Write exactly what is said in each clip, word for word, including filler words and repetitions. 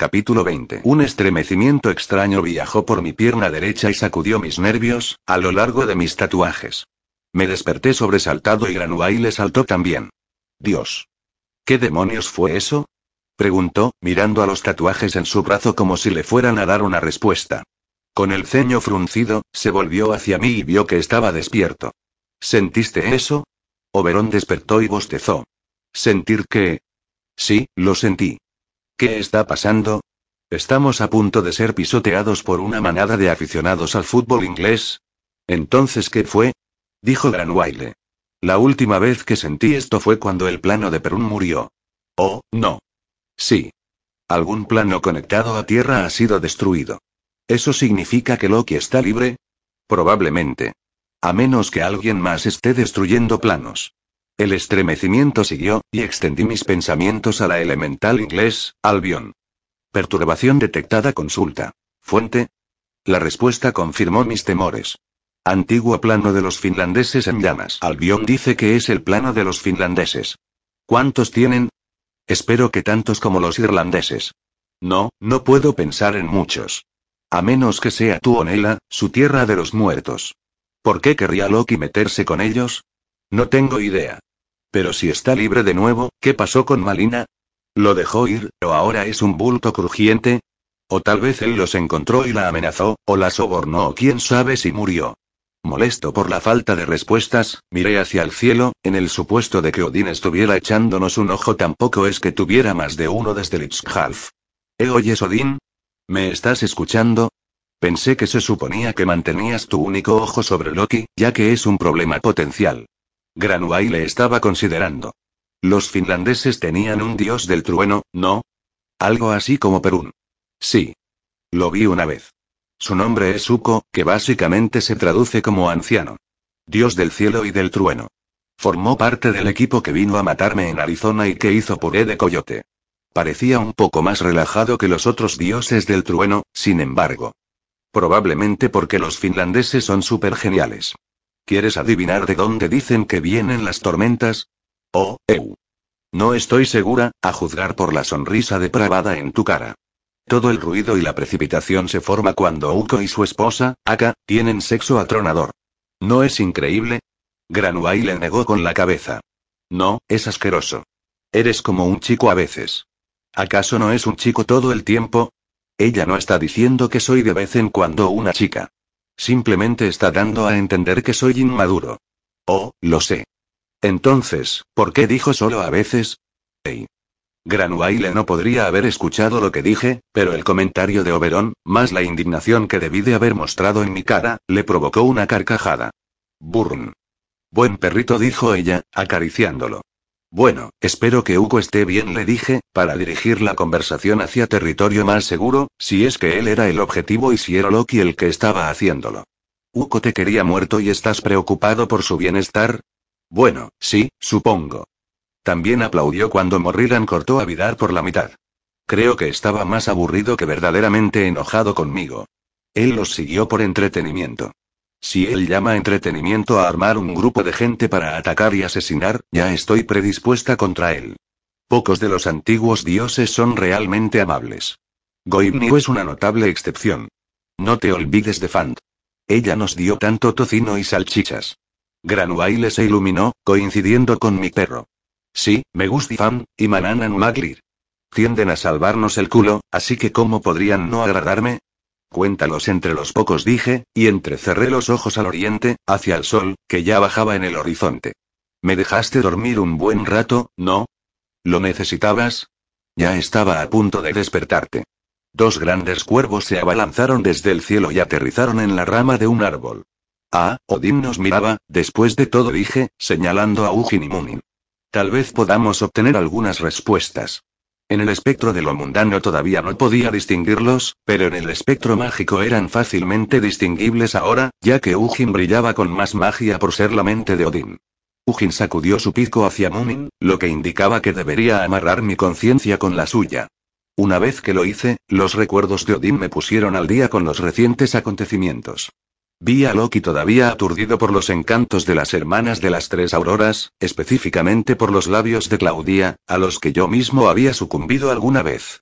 Capítulo veinte. Un estremecimiento extraño viajó por mi pierna derecha y sacudió mis nervios, a lo largo de mis tatuajes. Me desperté sobresaltado y Granuaile saltó también. Dios. ¿Qué demonios fue eso? Preguntó, mirando a los tatuajes en su brazo como si le fueran a dar una respuesta. Con el ceño fruncido, se volvió hacia mí y vio que estaba despierto. ¿Sentiste eso? Oberón despertó y bostezó. ¿Sentir qué? Sí, lo sentí. ¿Qué está pasando? Estamos a punto de ser pisoteados por una manada de aficionados al fútbol inglés. ¿Entonces qué fue? Dijo Granuaile. La última vez que sentí esto fue cuando el plano de Perún murió. Oh, no. Sí. Algún plano conectado a Tierra ha sido destruido. ¿Eso significa que Loki está libre? Probablemente. A menos que alguien más esté destruyendo planos. El estremecimiento siguió, y extendí mis pensamientos a la elemental inglés, Albion. Perturbación detectada. Consulta. ¿Fuente? La respuesta confirmó mis temores. Antiguo plano de los finlandeses en llamas. Albion dice que es el plano de los finlandeses. ¿Cuántos tienen? Espero que tantos como los irlandeses. No, no puedo pensar en muchos. A menos que sea Tuonela, su tierra de los muertos. ¿Por qué querría Loki meterse con ellos? No tengo idea. Pero si está libre de nuevo, ¿qué pasó con Malina? ¿Lo dejó ir, o ahora es un bulto crujiente? O tal vez él los encontró y la amenazó, o la sobornó, o quién sabe si murió. Molesto por la falta de respuestas, miré hacia el cielo, en el supuesto de que Odín estuviera echándonos un ojo. Tampoco es que tuviera más de uno desde Litzhalf. ¿Eh, oyes, Odín? ¿Me estás escuchando? Pensé que se suponía que mantenías tu único ojo sobre Loki, ya que es un problema potencial. Granuaile estaba considerando. Los finlandeses tenían un dios del trueno, ¿no? Algo así como Perún. Sí. Lo vi una vez. Su nombre es Ukko, que básicamente se traduce como anciano. Dios del cielo y del trueno. Formó parte del equipo que vino a matarme en Arizona y que hizo puré de coyote. Parecía un poco más relajado que los otros dioses del trueno, sin embargo. Probablemente porque los finlandeses son súper geniales. ¿Quieres adivinar de dónde dicen que vienen las tormentas? Oh, eu. No estoy segura, a juzgar por la sonrisa depravada en tu cara. Todo el ruido y la precipitación se forma cuando Ukko y su esposa, Aka, tienen sexo atronador. ¿No es increíble? Granuaile negó con la cabeza. No, es asqueroso. Eres como un chico a veces. ¿Acaso no es un chico todo el tiempo? Ella no está diciendo que soy de vez en cuando una chica. Simplemente está dando a entender que soy inmaduro. Oh, lo sé. Entonces, ¿por qué dijo solo a veces? Hey. Granuaile no podría haber escuchado lo que dije, pero el comentario de Oberón, más la indignación que debí de haber mostrado en mi cara, le provocó una carcajada. Burn. Buen perrito, dijo ella, acariciándolo. Bueno, espero que Ukko esté bien, le dije, para dirigir la conversación hacia territorio más seguro, si es que él era el objetivo y si era Loki el que estaba haciéndolo. Ukko te quería muerto y estás preocupado por su bienestar. Bueno, sí, supongo. También aplaudió cuando Morrigan cortó a Vidar por la mitad. Creo que estaba más aburrido que verdaderamente enojado conmigo. Él los siguió por entretenimiento. Si él llama entretenimiento a armar un grupo de gente para atacar y asesinar, ya estoy predispuesta contra él. Pocos de los antiguos dioses son realmente amables. Goibniu es una notable excepción. No te olvides de Fant. Ella nos dio tanto tocino y salchichas. Granuaile se iluminó, coincidiendo con mi perro. Sí, me gusta Fant, y Mananan Maglir. Tienden a salvarnos el culo, así que ¿cómo podrían no agradarme? Cuéntalos entre los pocos, dije, y entrecerré los ojos al oriente, hacia el sol, que ya bajaba en el horizonte. ¿Me dejaste dormir un buen rato, no? ¿Lo necesitabas? Ya estaba a punto de despertarte. Dos grandes cuervos se abalanzaron desde el cielo y aterrizaron en la rama de un árbol. Ah, Odín nos miraba, después de todo, dije, señalando a Ugin y Munin. Tal vez podamos obtener algunas respuestas. En el espectro de lo mundano todavía no podía distinguirlos, pero en el espectro mágico eran fácilmente distinguibles ahora, ya que Ugin brillaba con más magia por ser la mente de Odín. Ugin sacudió su pico hacia Munin, lo que indicaba que debería amarrar mi conciencia con la suya. Una vez que lo hice, los recuerdos de Odín me pusieron al día con los recientes acontecimientos. Vi a Loki todavía aturdido por los encantos de las hermanas de las tres auroras, específicamente por los labios de Claudia, a los que yo mismo había sucumbido alguna vez.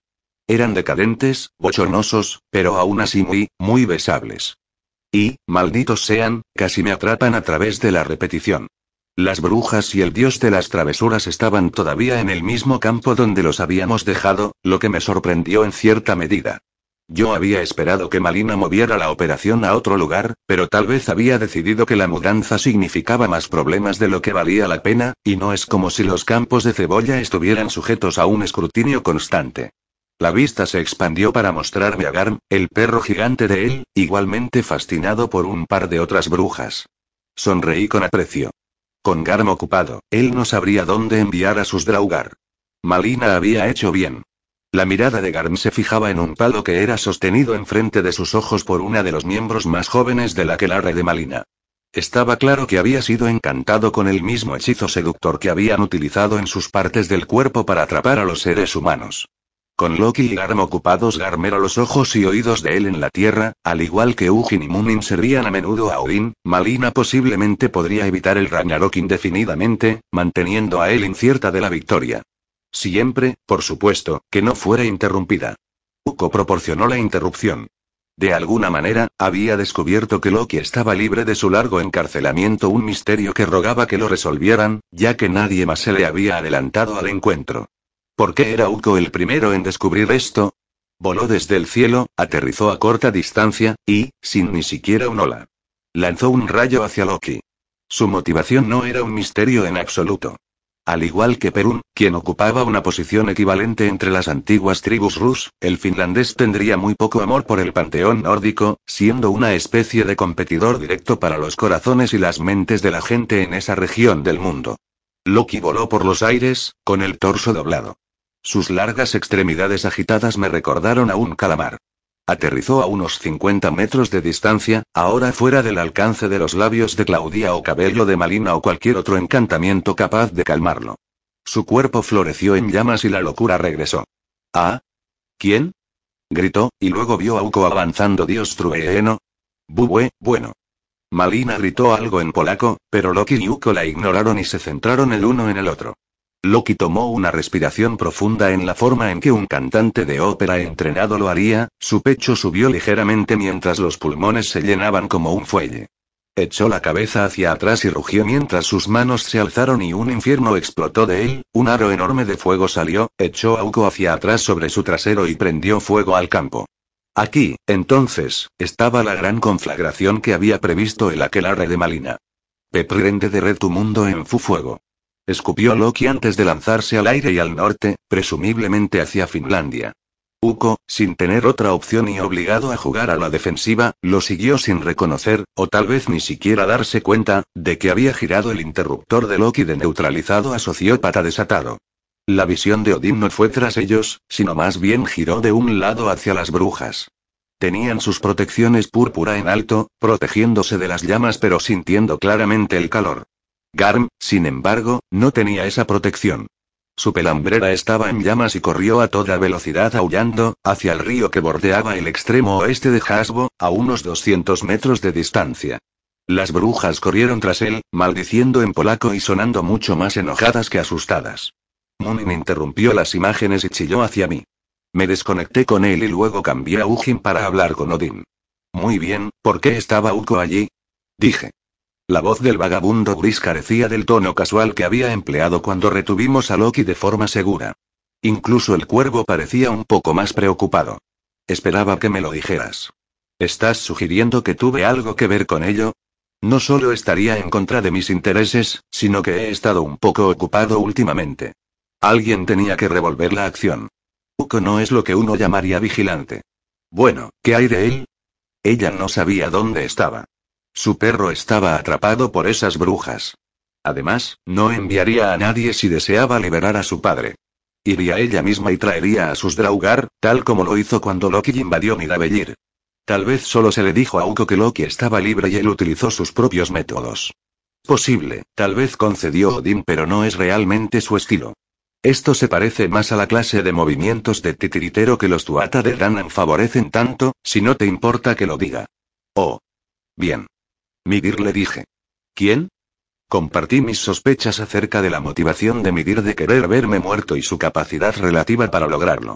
Eran decadentes, bochornosos, pero aún así muy, muy besables. Y, malditos sean, casi me atrapan a través de la repetición. Las brujas y el dios de las travesuras estaban todavía en el mismo campo donde los habíamos dejado, lo que me sorprendió en cierta medida. Yo había esperado que Malina moviera la operación a otro lugar, pero tal vez había decidido que la mudanza significaba más problemas de lo que valía la pena, y no es como si los campos de cebolla estuvieran sujetos a un escrutinio constante. La vista se expandió para mostrarme a Garm, el perro gigante de él, igualmente fascinado por un par de otras brujas. Sonreí con aprecio. Con Garm ocupado, él no sabría dónde enviar a sus draugar. Malina había hecho bien. La mirada de Garm se fijaba en un palo que era sostenido enfrente de sus ojos por una de los miembros más jóvenes del aquelarre de Malina. Estaba claro que había sido encantado con el mismo hechizo seductor que habían utilizado en sus partes del cuerpo para atrapar a los seres humanos. Con Loki y Garm ocupados, Garm era los ojos y oídos de él en la tierra, al igual que Ugin y Munin servían a menudo a Odin. Malina posiblemente podría evitar el Ragnarok indefinidamente, manteniendo a él incierta de la victoria. Siempre, por supuesto, que no fuera interrumpida. Uko proporcionó la interrupción. De alguna manera, había descubierto que Loki estaba libre de su largo encarcelamiento, un misterio que rogaba que lo resolvieran, ya que nadie más se le había adelantado al encuentro. ¿Por qué era Uko el primero en descubrir esto? Voló desde el cielo, aterrizó a corta distancia, y, sin ni siquiera un hola, lanzó un rayo hacia Loki. Su motivación no era un misterio en absoluto. Al igual que Perún, quien ocupaba una posición equivalente entre las antiguas tribus Rus, el finlandés tendría muy poco amor por el panteón nórdico, siendo una especie de competidor directo para los corazones y las mentes de la gente en esa región del mundo. Loki voló por los aires, con el torso doblado. Sus largas extremidades agitadas me recordaron a un calamar. Aterrizó a unos cincuenta metros de distancia, ahora fuera del alcance de los labios de Claudia o cabello de Malina o cualquier otro encantamiento capaz de calmarlo. Su cuerpo floreció en llamas y la locura regresó. ¿Ah? ¿Quién? Gritó, y luego vio a Uko avanzando. Dios trueno. Bubue, bueno. Malina gritó algo en polaco, pero Loki y Uko la ignoraron y se centraron el uno en el otro. Loki tomó una respiración profunda en la forma en que un cantante de ópera entrenado lo haría, su pecho subió ligeramente mientras los pulmones se llenaban como un fuelle. Echó la cabeza hacia atrás y rugió mientras sus manos se alzaron y un infierno explotó de él, un aro enorme de fuego salió, echó a Uko hacia atrás sobre su trasero y prendió fuego al campo. Aquí, entonces, estaba la gran conflagración que había previsto el aquelarre de Malina. Peprende de tu mundo en fu fuego. Escupió Loki antes de lanzarse al aire y al norte, presumiblemente hacia Finlandia. Uko, sin tener otra opción y obligado a jugar a la defensiva, lo siguió sin reconocer, o tal vez ni siquiera darse cuenta, de que había girado el interruptor de Loki de neutralizado a sociópata desatado. La visión de Odín no fue tras ellos, sino más bien giró de un lado hacia las brujas. Tenían sus protecciones púrpura en alto, protegiéndose de las llamas pero sintiendo claramente el calor. Garm, sin embargo, no tenía esa protección. Su pelambrera estaba en llamas y corrió a toda velocidad aullando, hacia el río que bordeaba el extremo oeste de Hasbo, a unos doscientos metros de distancia. Las brujas corrieron tras él, maldiciendo en polaco y sonando mucho más enojadas que asustadas. Munin interrumpió las imágenes y chilló hacia mí. Me desconecté con él y luego cambié a Ugin para hablar con Odín. Muy bien, ¿por qué estaba Uko allí? Dije. La voz del vagabundo gris carecía del tono casual que había empleado cuando retuvimos a Loki de forma segura. Incluso el cuervo parecía un poco más preocupado. Esperaba que me lo dijeras. ¿Estás sugiriendo que tuve algo que ver con ello? No solo estaría en contra de mis intereses, sino que he estado un poco ocupado últimamente. Alguien tenía que revolver la acción. Uko no es lo que uno llamaría vigilante. Bueno, ¿qué hay de él? Ella no sabía dónde estaba. Su perro estaba atrapado por esas brujas. Además, no enviaría a nadie si deseaba liberar a su padre. Iría ella misma y traería a sus draugar, tal como lo hizo cuando Loki invadió Nidavellir. Tal vez solo se le dijo a Uko que Loki estaba libre y él utilizó sus propios métodos. Posible, tal vez concedió Odín, pero no es realmente su estilo. Esto se parece más a la clase de movimientos de titiritero que los Tuatha de Danann favorecen tanto, si no te importa que lo diga. Oh. Bien. Midir, le dije. ¿Quién? Compartí mis sospechas acerca de la motivación de Midir de querer verme muerto y su capacidad relativa para lograrlo.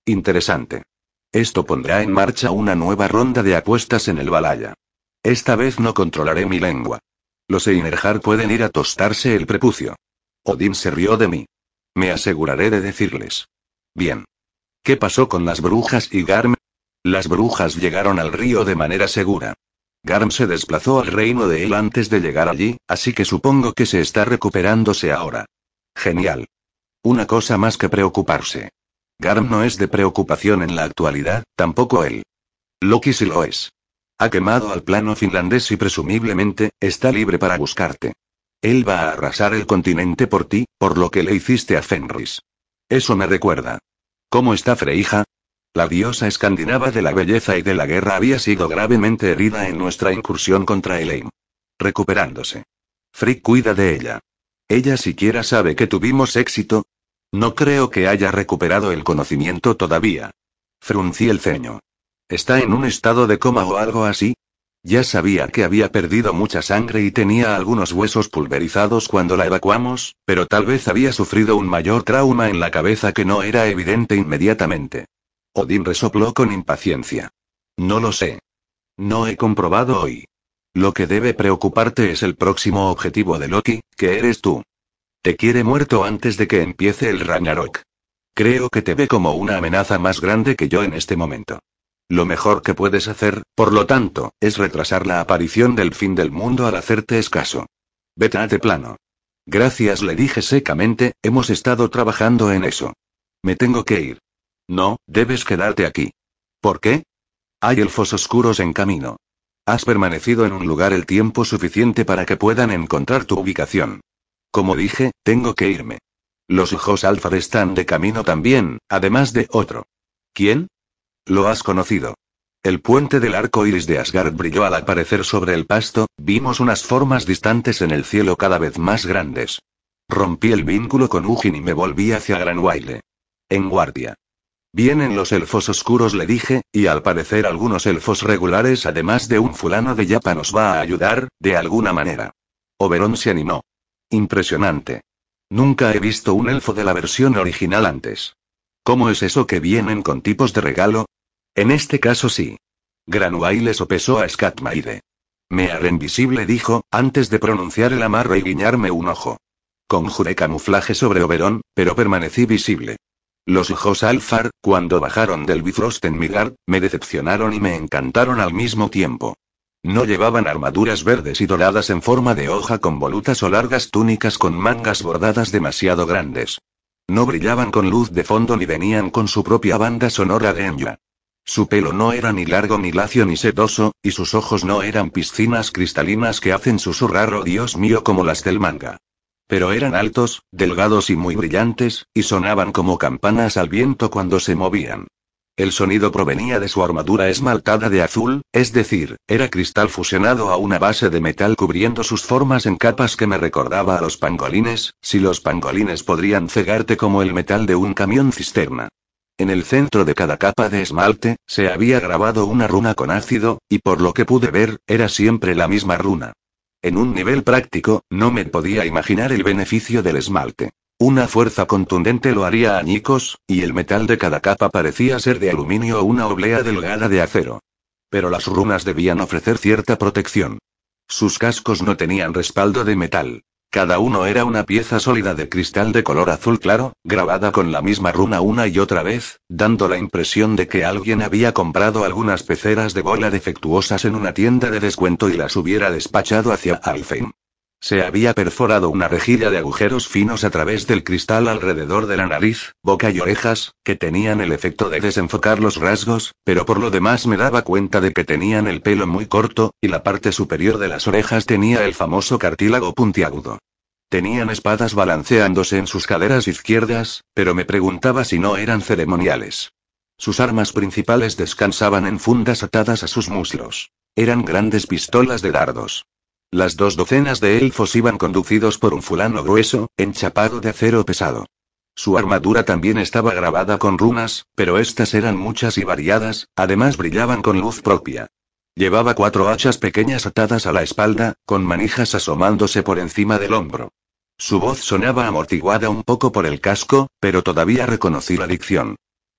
Interesante. Esto pondrá en marcha una nueva ronda de apuestas en el Valhalla. Esta vez no controlaré mi lengua. Los Einherjar pueden ir a tostarse el prepucio. Odín se rió de mí. Me aseguraré de decirles. Bien. ¿Qué pasó con las brujas y Garm? Las brujas llegaron al río de manera segura. Garm se desplazó al reino de él antes de llegar allí, así que supongo que se está recuperándose ahora. Genial. Una cosa más que preocuparse. Garm no es de preocupación en la actualidad, tampoco él. Loki sí lo es. Ha quemado al plano finlandés y presumiblemente, está libre para buscarte. Él va a arrasar el continente por ti, por lo que le hiciste a Fenris. Eso me recuerda. ¿Cómo está Freyja? La diosa escandinava de la belleza y de la guerra había sido gravemente herida en nuestra incursión contra Elaine. Recuperándose. Frigg cuida de ella. ¿Ella siquiera sabe que tuvimos éxito? No creo que haya recuperado el conocimiento todavía. Fruncí el ceño. ¿Está en un estado de coma o algo así? Ya sabía que había perdido mucha sangre y tenía algunos huesos pulverizados cuando la evacuamos, pero tal vez había sufrido un mayor trauma en la cabeza que no era evidente inmediatamente. Odín resopló con impaciencia. No lo sé. No he comprobado hoy. Lo que debe preocuparte es el próximo objetivo de Loki, que eres tú. Te quiere muerto antes de que empiece el Ragnarok. Creo que te ve como una amenaza más grande que yo en este momento. Lo mejor que puedes hacer, por lo tanto, es retrasar la aparición del fin del mundo al hacerte escaso. Vete a de plano. Gracias, le dije secamente, hemos estado trabajando en eso. Me tengo que ir. No, debes quedarte aquí. ¿Por qué? Hay elfos oscuros en camino. Has permanecido en un lugar el tiempo suficiente para que puedan encontrar tu ubicación. Como dije, tengo que irme. Los ojos Alfar están de camino también, además de otro. ¿Quién? Lo has conocido. El puente del arco iris de Asgard brilló al aparecer sobre el pasto, vimos unas formas distantes en el cielo cada vez más grandes. Rompí el vínculo con Ugin y me volví hacia Granwaile. En guardia. Vienen los elfos oscuros, le dije, y al parecer algunos elfos regulares además de un fulano de Yapa nos va a ayudar, de alguna manera. Oberón se animó. Impresionante. Nunca he visto un elfo de la versión original antes. ¿Cómo es eso que vienen con tipos de regalo? En este caso sí. Granwaile sopesó a Skatmaide. Me haré invisible, dijo, antes de pronunciar el amarre y guiñarme un ojo. Conjuré camuflaje sobre Oberón, pero permanecí visible. Los ojos Alfar, cuando bajaron del Bifrost en Midgard, me decepcionaron y me encantaron al mismo tiempo. No llevaban armaduras verdes y doradas en forma de hoja con volutas o largas túnicas con mangas bordadas demasiado grandes. No brillaban con luz de fondo ni venían con su propia banda sonora de Enya. Su pelo no era ni largo ni lacio ni sedoso, y sus ojos no eran piscinas cristalinas que hacen susurrar "oh Dios mío" como las del manga. Pero eran altos, delgados y muy brillantes, y sonaban como campanas al viento cuando se movían. El sonido provenía de su armadura esmaltada de azul, es decir, era cristal fusionado a una base de metal cubriendo sus formas en capas que me recordaba a los pangolines, si los pangolines podrían cegarte como el metal de un camión cisterna. En el centro de cada capa de esmalte, se había grabado una runa con ácido, y por lo que pude ver, era siempre la misma runa. En un nivel práctico, no me podía imaginar el beneficio del esmalte. Una fuerza contundente lo haría añicos, y el metal de cada capa parecía ser de aluminio o una oblea delgada de acero. Pero las runas debían ofrecer cierta protección. Sus cascos no tenían respaldo de metal. Cada uno era una pieza sólida de cristal de color azul claro, grabada con la misma runa una y otra vez, dando la impresión de que alguien había comprado algunas peceras de bola defectuosas en una tienda de descuento y las hubiera despachado hacia Alfheim. Se había perforado una rejilla de agujeros finos a través del cristal alrededor de la nariz, boca y orejas, que tenían el efecto de desenfocar los rasgos, pero por lo demás me daba cuenta de que tenían el pelo muy corto, y la parte superior de las orejas tenía el famoso cartílago puntiagudo. Tenían espadas balanceándose en sus caderas izquierdas, pero me preguntaba si no eran ceremoniales. Sus armas principales descansaban en fundas atadas a sus muslos. Eran grandes pistolas de dardos. Las dos docenas de elfos iban conducidos por un fulano grueso, enchapado de acero pesado. Su armadura también estaba grabada con runas, pero estas eran muchas y variadas, además brillaban con luz propia. Llevaba cuatro hachas pequeñas atadas a la espalda, con manijas asomándose por encima del hombro. Su voz sonaba amortiguada un poco por el casco, pero todavía reconocí la dicción.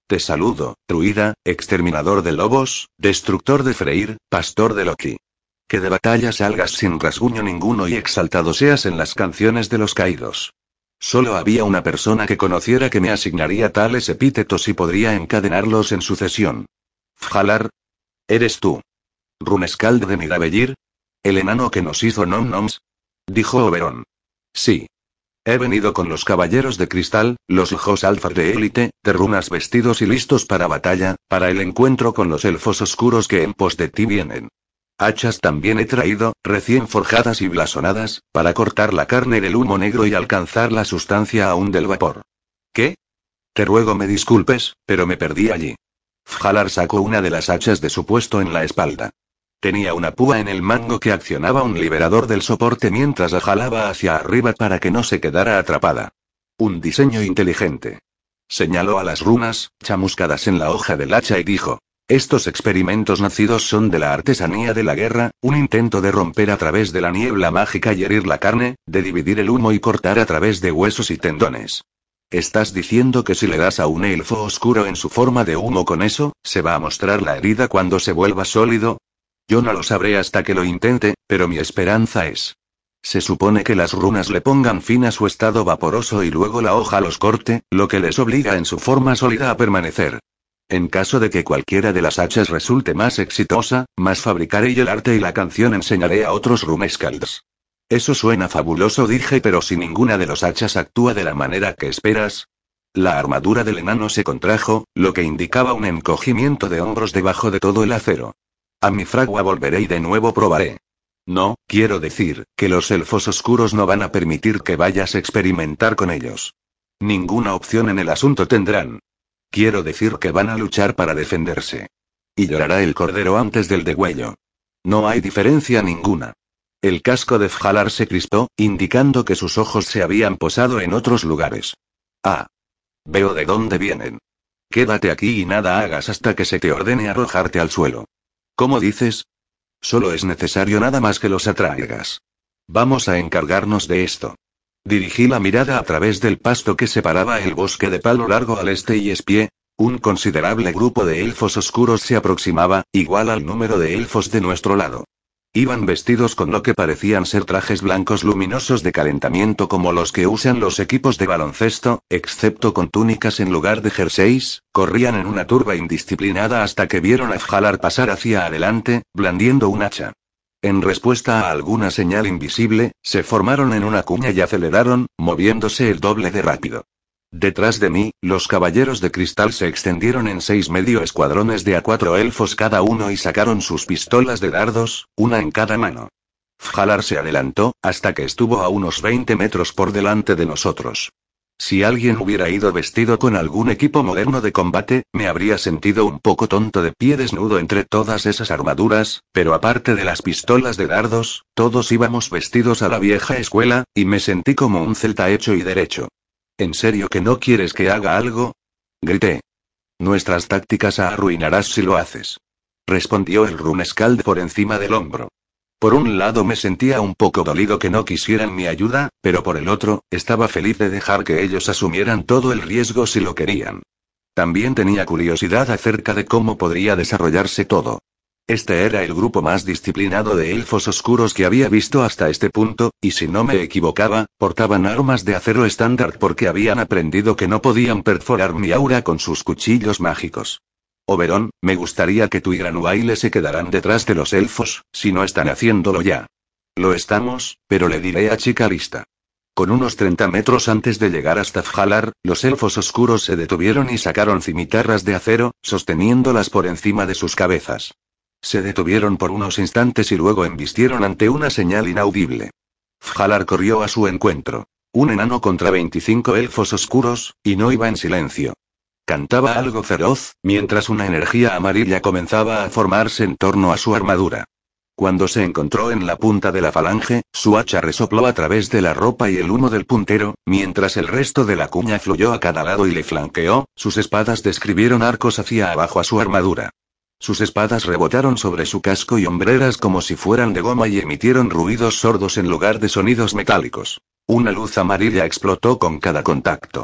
Te saludo, druida, exterminador de lobos, destructor de Freyr, pastor de Loki. Que de batalla salgas sin rasguño ninguno y exaltado seas en las canciones de los caídos. Solo había una persona que conociera que me asignaría tales epítetos y podría encadenarlos en sucesión. Fjalar. ¿Eres tú? ¿Runeskald de Mirabellir? ¿El enano que nos hizo nom noms? Dijo Oberón. Sí. He venido con los caballeros de cristal, los Ljos Alfar de élite, de runas vestidos y listos para batalla, para el encuentro con los elfos oscuros que en pos de ti vienen. Hachas también he traído, recién forjadas y blasonadas, para cortar la carne del humo negro y alcanzar la sustancia aún del vapor. ¿Qué? Te ruego me disculpes, pero me perdí allí. Fjalar sacó una de las hachas de su puesto en la espalda. Tenía una púa en el mango que accionaba un liberador del soporte mientras la jalaba hacia arriba para que no se quedara atrapada. Un diseño inteligente. Señaló a las runas, chamuscadas en la hoja del hacha y dijo: estos experimentos nacidos son de la artesanía de la guerra, un intento de romper a través de la niebla mágica y herir la carne, de dividir el humo y cortar a través de huesos y tendones. ¿Estás diciendo que si le das a un elfo oscuro en su forma de humo con eso, se va a mostrar la herida cuando se vuelva sólido? Yo no lo sabré hasta que lo intente, pero mi esperanza es. Se supone que las runas le pongan fin a su estado vaporoso y luego la hoja los corte, lo que les obliga en su forma sólida a permanecer. En caso de que cualquiera de las hachas resulte más exitosa, más fabricaré yo el arte y la canción enseñaré a otros Runeskalds. Eso suena fabuloso, dije, pero si ninguna de los hachas actúa de la manera que esperas. La armadura del enano se contrajo, lo que indicaba un encogimiento de hombros debajo de todo el acero. A mi fragua volveré y de nuevo probaré. No, quiero decir, que los elfos oscuros no van a permitir que vayas a experimentar con ellos. Ninguna opción en el asunto tendrán. Quiero decir que van a luchar para defenderse. Y llorará el cordero antes del degüello. No hay diferencia ninguna. El casco de Fjalar se crispó, indicando que sus ojos se habían posado en otros lugares. Ah. Veo de dónde vienen. Quédate aquí y nada hagas hasta que se te ordene arrojarte al suelo. ¿Cómo dices? Solo es necesario nada más que los atraigas. Vamos a encargarnos de esto. Dirigí la mirada a través del pasto que separaba el bosque de palo largo al este y espié. Un considerable grupo de elfos oscuros se aproximaba, igual al número de elfos de nuestro lado. Iban vestidos con lo que parecían ser trajes blancos luminosos de calentamiento como los que usan los equipos de baloncesto, excepto con túnicas en lugar de jerseys. Corrían en una turba indisciplinada hasta que vieron a Fjalar pasar hacia adelante, blandiendo un hacha. En respuesta a alguna señal invisible, se formaron en una cuña y aceleraron, moviéndose el doble de rápido. Detrás de mí, los caballeros de cristal se extendieron en seis medio escuadrones de a cuatro elfos cada uno y sacaron sus pistolas de dardos, una en cada mano. Fjalar se adelantó, hasta que estuvo a unos veinte metros por delante de nosotros. Si alguien hubiera ido vestido con algún equipo moderno de combate, me habría sentido un poco tonto de pie desnudo entre todas esas armaduras, pero aparte de las pistolas de dardos, todos íbamos vestidos a la vieja escuela, y me sentí como un celta hecho y derecho. ¿En serio que no quieres que haga algo? Grité. Nuestras tácticas arruinarás si lo haces. Respondió el Runeskald por encima del hombro. Por un lado me sentía un poco dolido que no quisieran mi ayuda, pero por el otro, estaba feliz de dejar que ellos asumieran todo el riesgo si lo querían. También tenía curiosidad acerca de cómo podría desarrollarse todo. Este era el grupo más disciplinado de elfos oscuros que había visto hasta este punto, y si no me equivocaba, portaban armas de acero estándar porque habían aprendido que no podían perforar mi aura con sus cuchillos mágicos. Oberón, me gustaría que tú y Granuaile se quedaran detrás de los elfos, si no están haciéndolo ya. Lo estamos, pero le diré a Chica lista. Con unos treinta metros antes de llegar hasta Fjalar, los elfos oscuros se detuvieron y sacaron cimitarras de acero, sosteniéndolas por encima de sus cabezas. Se detuvieron por unos instantes y luego embistieron ante una señal inaudible. Fjalar corrió a su encuentro. Un enano contra veinticinco elfos oscuros, y no iba en silencio. Cantaba algo feroz, mientras una energía amarilla comenzaba a formarse en torno a su armadura. Cuando se encontró en la punta de la falange, su hacha resopló a través de la ropa y el humo del puntero, mientras el resto de la cuña fluyó a cada lado y le flanqueó. Sus espadas describieron arcos hacia abajo a su armadura. Sus espadas rebotaron sobre su casco y hombreras como si fueran de goma y emitieron ruidos sordos en lugar de sonidos metálicos. Una luz amarilla explotó con cada contacto.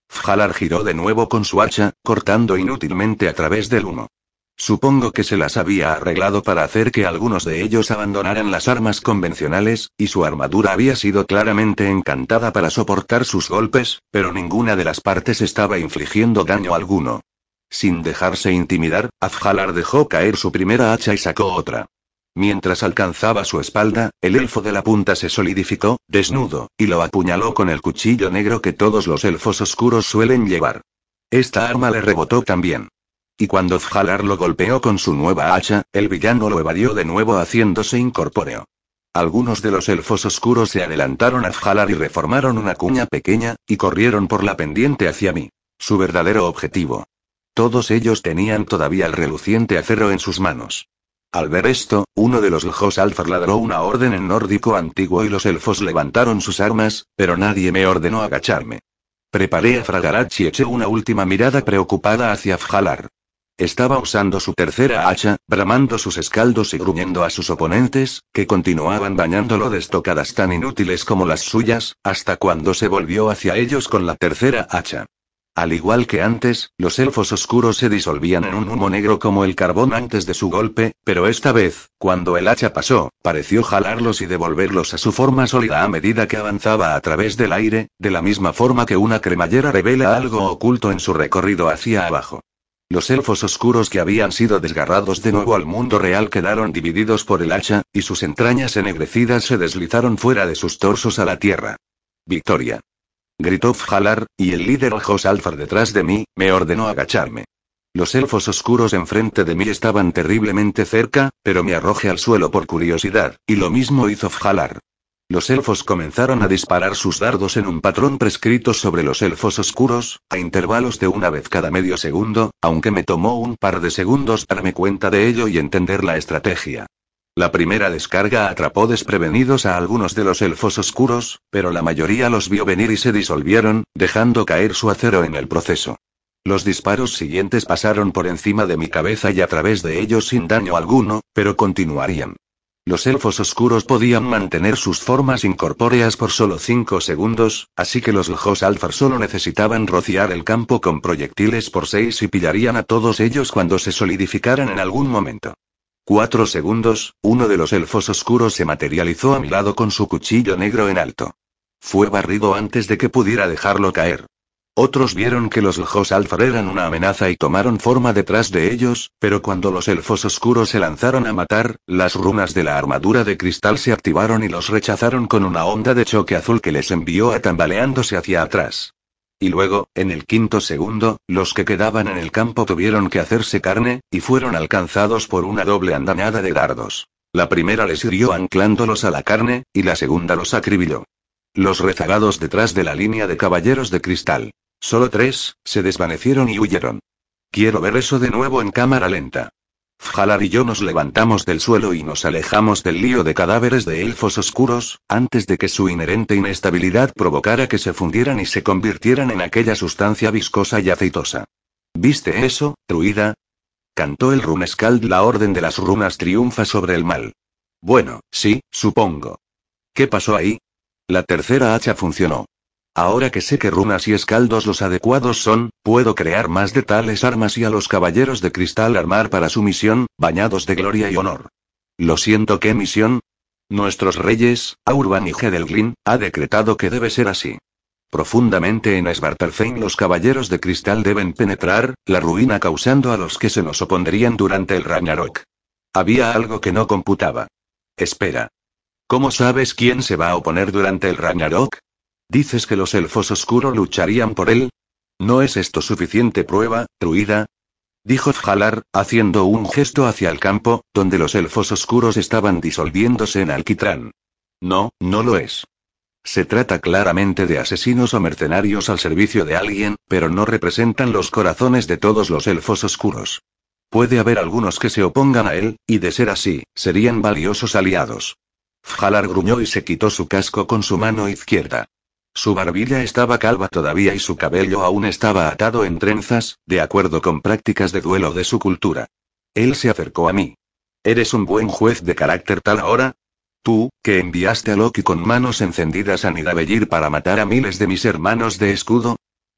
Fjalar giró de nuevo con su hacha, cortando inútilmente a través del humo. Supongo que se las había arreglado para hacer que algunos de ellos abandonaran las armas convencionales, y su armadura había sido claramente encantada para soportar sus golpes, pero ninguna de las partes estaba infligiendo daño alguno. Sin dejarse intimidar, Afjalar dejó caer su primera hacha y sacó otra. Mientras alcanzaba su espalda, el elfo de la punta se solidificó, desnudo, y lo apuñaló con el cuchillo negro que todos los elfos oscuros suelen llevar. Esta arma le rebotó también. Y cuando Fjalar lo golpeó con su nueva hacha, el villano lo evadió de nuevo haciéndose incorpóreo. Algunos de los elfos oscuros se adelantaron a Fjalar y reformaron una cuña pequeña, y corrieron por la pendiente hacia mí. Su verdadero objetivo. Todos ellos tenían todavía el reluciente acero en sus manos. Al ver esto, uno de los Ljosalfar ladró una orden en nórdico antiguo y los elfos levantaron sus armas, pero nadie me ordenó agacharme. Preparé a Fragarach y eché una última mirada preocupada hacia Fjalar. Estaba usando su tercera hacha, bramando sus escaldos y gruñendo a sus oponentes, que continuaban bañándolo de estocadas tan inútiles como las suyas, hasta cuando se volvió hacia ellos con la tercera hacha. Al igual que antes, los elfos oscuros se disolvían en un humo negro como el carbón antes de su golpe, pero esta vez, cuando el hacha pasó, pareció jalarlos y devolverlos a su forma sólida a medida que avanzaba a través del aire, de la misma forma que una cremallera revela algo oculto en su recorrido hacia abajo. Los elfos oscuros que habían sido desgarrados de nuevo al mundo real quedaron divididos por el hacha, y sus entrañas ennegrecidas se deslizaron fuera de sus torsos a la tierra. ¡Victoria! Gritó Fjalar, y el líder Ljosalfar detrás de mí, me ordenó agacharme. Los elfos oscuros enfrente de mí estaban terriblemente cerca, pero me arrojé al suelo por curiosidad, y lo mismo hizo Fjalar. Los elfos comenzaron a disparar sus dardos en un patrón prescrito sobre los elfos oscuros, a intervalos de una vez cada medio segundo, aunque me tomó un par de segundos darme cuenta de ello y entender la estrategia. La primera descarga atrapó desprevenidos a algunos de los elfos oscuros, pero la mayoría los vio venir y se disolvieron, dejando caer su acero en el proceso. Los disparos siguientes pasaron por encima de mi cabeza y a través de ellos sin daño alguno, pero continuarían. Los elfos oscuros podían mantener sus formas incorpóreas por solo cinco segundos, así que los Ljosalfar solo necesitaban rociar el campo con proyectiles por seis y pillarían a todos ellos cuando se solidificaran en algún momento. Cuatro segundos, uno de los elfos oscuros se materializó a mi lado con su cuchillo negro en alto. Fue barrido antes de que pudiera dejarlo caer. Otros vieron que los Ljosalfar eran una amenaza y tomaron forma detrás de ellos, pero cuando los elfos oscuros se lanzaron a matar, las runas de la armadura de cristal se activaron y los rechazaron con una onda de choque azul que les envió a tambaleándose hacia atrás. Y luego, en el quinto segundo, los que quedaban en el campo tuvieron que hacerse carne, y fueron alcanzados por una doble andanada de dardos. La primera les hirió anclándolos a la carne, y la segunda los acribilló. Los rezagados detrás de la línea de caballeros de cristal. Solo tres, se desvanecieron y huyeron. Quiero ver eso de nuevo en cámara lenta. Fjalar y yo nos levantamos del suelo y nos alejamos del lío de cadáveres de elfos oscuros, antes de que su inherente inestabilidad provocara que se fundieran y se convirtieran en aquella sustancia viscosa y aceitosa. ¿Viste eso, druida? Cantó el Runeskald. La orden de las runas triunfa sobre el mal. Bueno, sí, supongo. ¿Qué pasó ahí? La tercera hacha funcionó. Ahora que sé que runas y escaldos los adecuados son, puedo crear más de tales armas y a los caballeros de cristal armar para su misión, bañados de gloria y honor. Lo siento, ¿qué misión? Nuestros reyes, Aurban y Hedelglin, ha decretado que debe ser así. Profundamente en Svartalfheim los caballeros de cristal deben penetrar, la ruina causando a los que se nos opondrían durante el Ragnarok. Había algo que no computaba. Espera. ¿Cómo sabes quién se va a oponer durante el Ragnarok? ¿Dices que los elfos oscuros lucharían por él? ¿No es esto suficiente prueba, druida? Dijo Fjalar, haciendo un gesto hacia el campo, donde los elfos oscuros estaban disolviéndose en alquitrán. No, no lo es. Se trata claramente de asesinos o mercenarios al servicio de alguien, pero no representan los corazones de todos los elfos oscuros. Puede haber algunos que se opongan a él, y de ser así, serían valiosos aliados. Fjalar gruñó y se quitó su casco con su mano izquierda. Su barbilla estaba calva todavía y su cabello aún estaba atado en trenzas, de acuerdo con prácticas de duelo de su cultura. Él se acercó a mí. ¿Eres un buen juez de carácter tal ahora? Tú, que enviaste a Loki con manos encendidas a Nidavellir para matar a miles de mis hermanos de escudo.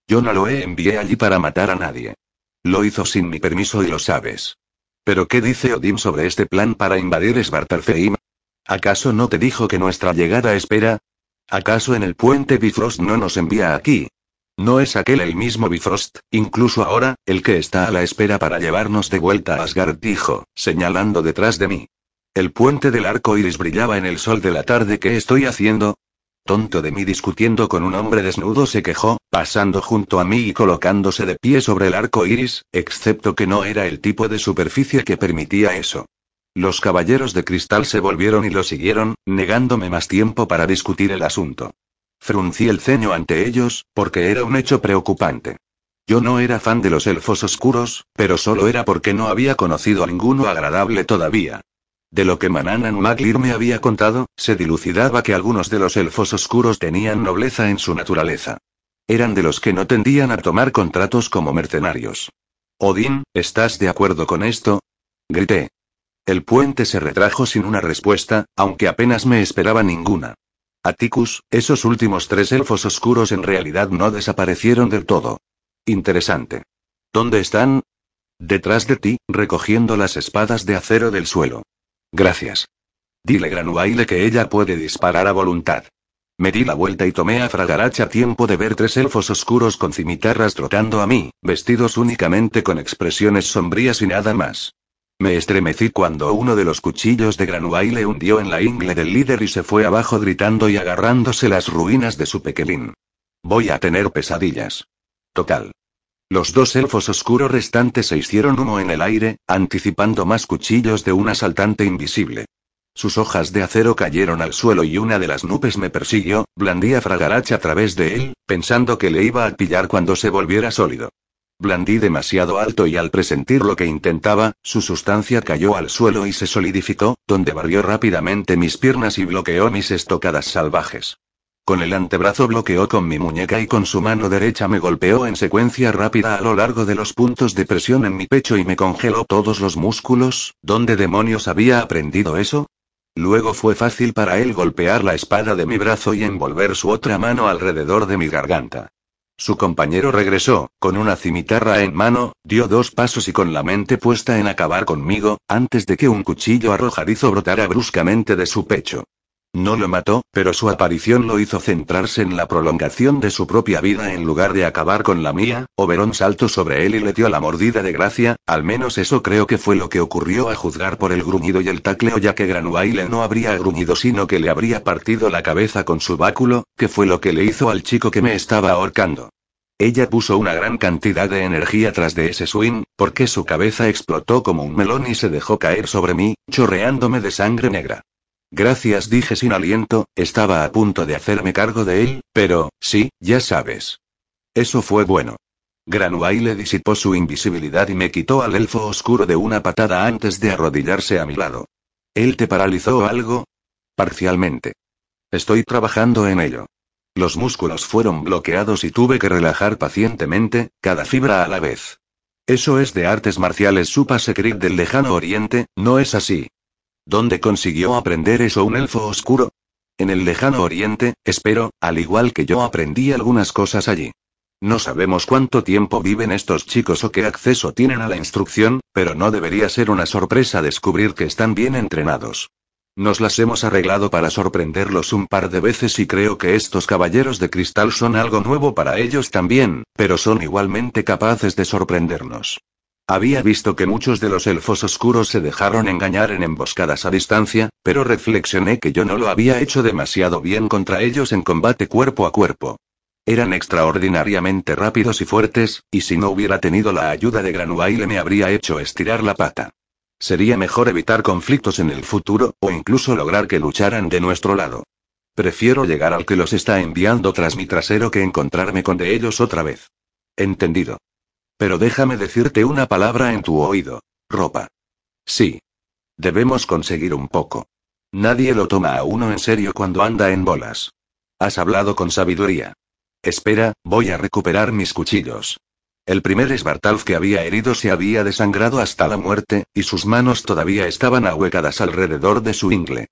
Yo no lo envié allí para matar a nadie. Lo hizo sin mi permiso y lo sabes. ¿Pero qué dice Odín sobre este plan para invadir Svartalfheim? ¿Acaso no te dijo que nuestra llegada espera? ¿Acaso en el puente Bifrost no nos envía aquí? ¿No es aquel el mismo Bifrost, incluso ahora, el que está a la espera para llevarnos de vuelta a Asgard? Dijo, señalando detrás de mí. El puente del arco iris brillaba en el sol de la tarde. ¿Qué estoy haciendo? Tonto de mí discutiendo con un hombre desnudo, se quejó, pasando junto a mí y colocándose de pie sobre el arco iris, excepto que no era el tipo de superficie que permitía eso. Los caballeros de cristal se volvieron y lo siguieron, negándome más tiempo para discutir el asunto. Fruncí el ceño ante ellos, porque era un hecho preocupante. Yo no era fan de los elfos oscuros, pero solo era porque no había conocido a ninguno agradable todavía. De lo que Manannan Maglir me había contado, se dilucidaba que algunos de los elfos oscuros tenían nobleza en su naturaleza. Eran de los que no tendían a tomar contratos como mercenarios. Odín, ¿estás de acuerdo con esto? Grité. El puente se retrajo sin una respuesta, aunque apenas me esperaba ninguna. Atticus, esos últimos tres elfos oscuros en realidad no desaparecieron del todo. Interesante. ¿Dónde están? Detrás de ti, recogiendo las espadas de acero del suelo. Gracias. Dile Granuaile que ella puede disparar a voluntad. Me di la vuelta y tomé a Fragarach a tiempo de ver tres elfos oscuros con cimitarras trotando a mí, vestidos únicamente con expresiones sombrías y nada más. Me estremecí cuando uno de los cuchillos de Granuaile hundió en la ingle del líder y se fue abajo gritando y agarrándose las ruinas de su pequelín. Voy a tener pesadillas. Total. Los dos elfos oscuros restantes se hicieron humo en el aire, anticipando más cuchillos de un asaltante invisible. Sus hojas de acero cayeron al suelo y una de las nubes me persiguió, blandí a Fragarach a través de él, pensando que le iba a pillar cuando se volviera sólido. Blandí demasiado alto y al presentir lo que intentaba, su sustancia cayó al suelo y se solidificó, donde barrió rápidamente mis piernas y bloqueó mis estocadas salvajes. Con el antebrazo bloqueó con mi muñeca y con su mano derecha me golpeó en secuencia rápida a lo largo de los puntos de presión en mi pecho y me congeló todos los músculos. ¿Dónde demonios había aprendido eso? Luego fue fácil para él golpear la espada de mi brazo y envolver su otra mano alrededor de mi garganta. Su compañero regresó, con una cimitarra en mano, dio dos pasos y con la mente puesta en acabar conmigo, antes de que un cuchillo arrojadizo brotara bruscamente de su pecho. No lo mató, pero su aparición lo hizo centrarse en la prolongación de su propia vida en lugar de acabar con la mía. Oberón saltó sobre él y le dio la mordida de gracia, al menos eso creo que fue lo que ocurrió a juzgar por el gruñido y el tacleo, ya que Granuaile no habría gruñido sino que le habría partido la cabeza con su báculo, que fue lo que le hizo al chico que me estaba ahorcando. Ella puso una gran cantidad de energía tras de ese swing, porque su cabeza explotó como un melón y se dejó caer sobre mí, chorreándome de sangre negra. Gracias, dije sin aliento, estaba a punto de hacerme cargo de él, pero, sí, ya sabes. Eso fue bueno. Granuaile disipó su invisibilidad y me quitó al elfo oscuro de una patada antes de arrodillarse a mi lado. ¿Él te paralizó o algo? Parcialmente. Estoy trabajando en ello. Los músculos fueron bloqueados y tuve que relajar pacientemente, cada fibra a la vez. Eso es de artes marciales, supa Sekrit del lejano oriente, ¿no es así? ¿Dónde consiguió aprender eso un elfo oscuro? En el lejano oriente, espero, al igual que yo aprendí algunas cosas allí. No sabemos cuánto tiempo viven estos chicos o qué acceso tienen a la instrucción, pero no debería ser una sorpresa descubrir que están bien entrenados. Nos las hemos arreglado para sorprenderlos un par de veces y creo que estos caballeros de cristal son algo nuevo para ellos también, pero son igualmente capaces de sorprendernos. Había visto que muchos de los elfos oscuros se dejaron engañar en emboscadas a distancia, pero reflexioné que yo no lo había hecho demasiado bien contra ellos en combate cuerpo a cuerpo. Eran extraordinariamente rápidos y fuertes, y si no hubiera tenido la ayuda de Granuaile me habría hecho estirar la pata. Sería mejor evitar conflictos en el futuro, o incluso lograr que lucharan de nuestro lado. Prefiero llegar al que los está enviando tras mi trasero que encontrarme con de ellos otra vez. Entendido. Pero déjame decirte una palabra en tu oído. Ropa. Sí. Debemos conseguir un poco. Nadie lo toma a uno en serio cuando anda en bolas. Has hablado con sabiduría. Espera, voy a recuperar mis cuchillos. El primer Svartalf que había herido se había desangrado hasta la muerte, y sus manos todavía estaban ahuecadas alrededor de su ingle.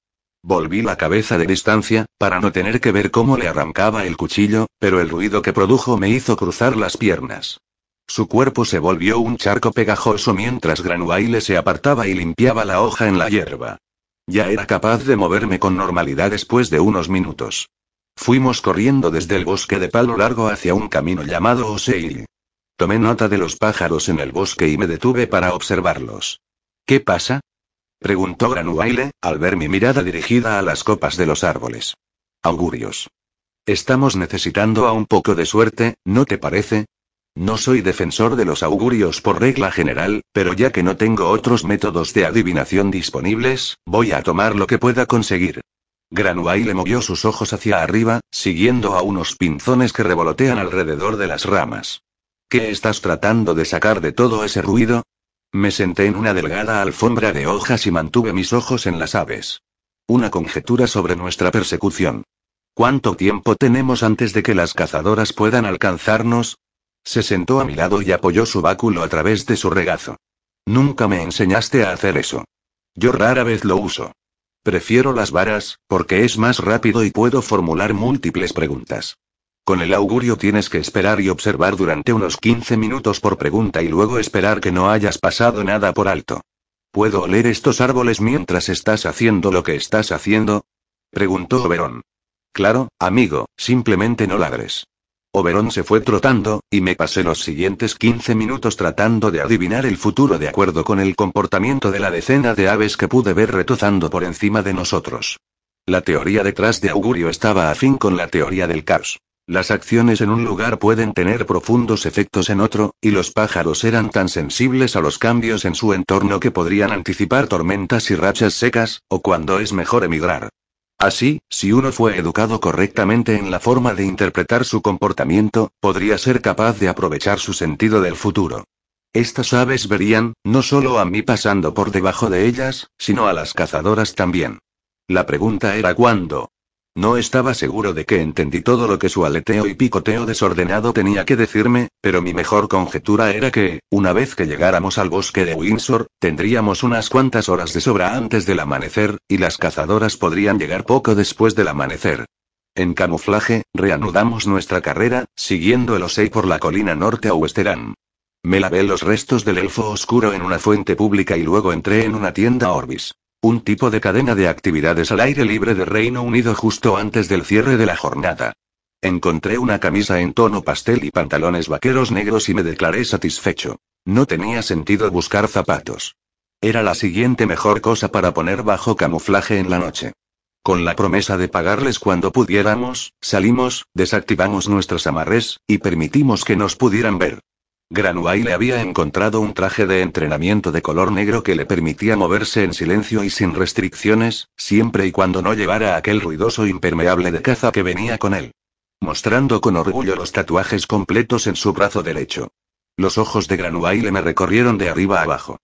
Volví la cabeza de distancia, para no tener que ver cómo le arrancaba el cuchillo, pero el ruido que produjo me hizo cruzar las piernas. Su cuerpo se volvió un charco pegajoso mientras Granuaile se apartaba y limpiaba la hoja en la hierba. Ya era capaz de moverme con normalidad después de unos minutos. Fuimos corriendo desde el bosque de palo largo hacia un camino llamado Osei. Tomé nota de los pájaros en el bosque y me detuve para observarlos. ¿Qué pasa?, preguntó Granuaile, al ver mi mirada dirigida a las copas de los árboles. Augurios. Estamos necesitando a un poco de suerte, ¿no te parece? No soy defensor de los augurios por regla general, pero ya que no tengo otros métodos de adivinación disponibles, voy a tomar lo que pueda conseguir. Granuaile movió sus ojos hacia arriba, siguiendo a unos pinzones que revolotean alrededor de las ramas. ¿Qué estás tratando de sacar de todo ese ruido? Me senté en una delgada alfombra de hojas y mantuve mis ojos en las aves. Una conjetura sobre nuestra persecución. ¿Cuánto tiempo tenemos antes de que las cazadoras puedan alcanzarnos? Se sentó a mi lado y apoyó su báculo a través de su regazo. Nunca me enseñaste a hacer eso. Yo rara vez lo uso. Prefiero las varas, porque es más rápido y puedo formular múltiples preguntas. Con el augurio tienes que esperar y observar durante unos quince minutos por pregunta y luego esperar que no hayas pasado nada por alto. ¿Puedo oler estos árboles mientras estás haciendo lo que estás haciendo?, preguntó Oberon. Claro, amigo, simplemente no ladres. Oberon se fue trotando, y me pasé los siguientes quince minutos tratando de adivinar el futuro de acuerdo con el comportamiento de la decena de aves que pude ver retozando por encima de nosotros. La teoría detrás de augurio estaba afín con la teoría del caos. Las acciones en un lugar pueden tener profundos efectos en otro, y los pájaros eran tan sensibles a los cambios en su entorno que podrían anticipar tormentas y rachas secas, o cuando es mejor emigrar. Así, si uno fue educado correctamente en la forma de interpretar su comportamiento, podría ser capaz de aprovechar su sentido del futuro. Estas aves verían, no solo a mí pasando por debajo de ellas, sino a las cazadoras también. La pregunta era cuándo. No estaba seguro de que entendí todo lo que su aleteo y picoteo desordenado tenía que decirme, pero mi mejor conjetura era que, una vez que llegáramos al bosque de Windsor, tendríamos unas cuantas horas de sobra antes del amanecer, y las cazadoras podrían llegar poco después del amanecer. En camuflaje, reanudamos nuestra carrera, siguiendo el Osei por la colina norte a Westerham. Me lavé los restos del elfo oscuro en una fuente pública y luego entré en una tienda Orbis. Un tipo de cadena de actividades al aire libre de Reino Unido justo antes del cierre de la jornada. Encontré una camisa en tono pastel y pantalones vaqueros negros y me declaré satisfecho. No tenía sentido buscar zapatos. Era la siguiente mejor cosa para poner bajo camuflaje en la noche. Con la promesa de pagarles cuando pudiéramos, salimos, desactivamos nuestros amarres, y permitimos que nos pudieran ver. Granuaile había encontrado un traje de entrenamiento de color negro que le permitía moverse en silencio y sin restricciones, siempre y cuando no llevara aquel ruidoso impermeable de caza que venía con él. Mostrando con orgullo los tatuajes completos en su brazo derecho. Los ojos de Granuaile me recorrieron de arriba a abajo.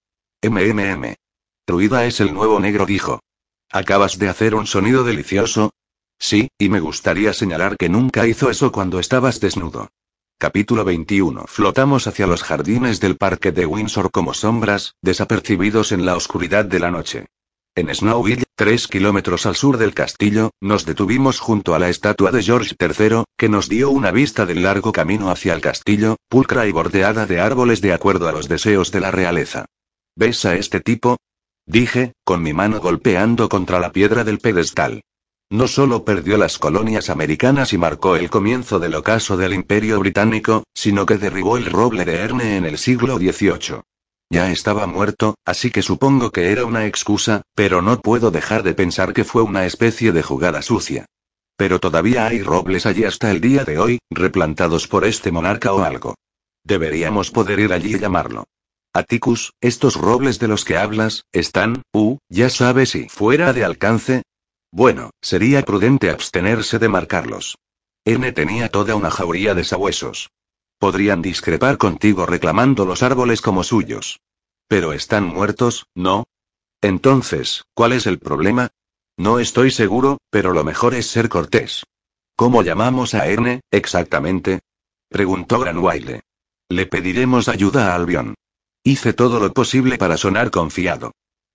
Mmm. Druida es el nuevo negro, dijo. ¿Acabas de hacer un sonido delicioso? Sí, y me gustaría señalar que nunca hizo eso cuando estabas desnudo. Capítulo veintiuno. Flotamos hacia los jardines del parque de Windsor como sombras, desapercibidos en la oscuridad de la noche. En Snowville, tres kilómetros al sur del castillo, nos detuvimos junto a la estatua de George tercero, que nos dio una vista del largo camino hacia el castillo, pulcra y bordeada de árboles de acuerdo a los deseos de la realeza. ¿Ves a este tipo?, dije, con mi mano golpeando contra la piedra del pedestal. No solo perdió las colonias americanas y marcó el comienzo del ocaso del Imperio Británico, sino que derribó el roble de Erne en el siglo dieciocho. Ya estaba muerto, así que supongo que era una excusa, pero no puedo dejar de pensar que fue una especie de jugada sucia. Pero todavía hay robles allí hasta el día de hoy, replantados por este monarca o algo. Deberíamos poder ir allí y llamarlo. Atticus, estos robles de los que hablas, están, uh, ya sabes, y fuera de alcance. Bueno, sería prudente abstenerse de marcarlos. Erne tenía toda una jauría de sabuesos. Podrían discrepar contigo reclamando los árboles como suyos. Pero están muertos, ¿no? Entonces, ¿cuál es el problema? No estoy seguro, pero lo mejor es ser cortés. ¿Cómo llamamos a Erne, exactamente?, preguntó Granuaile. Le pediremos ayuda a Albion. Hice todo lo posible para sonar confiado.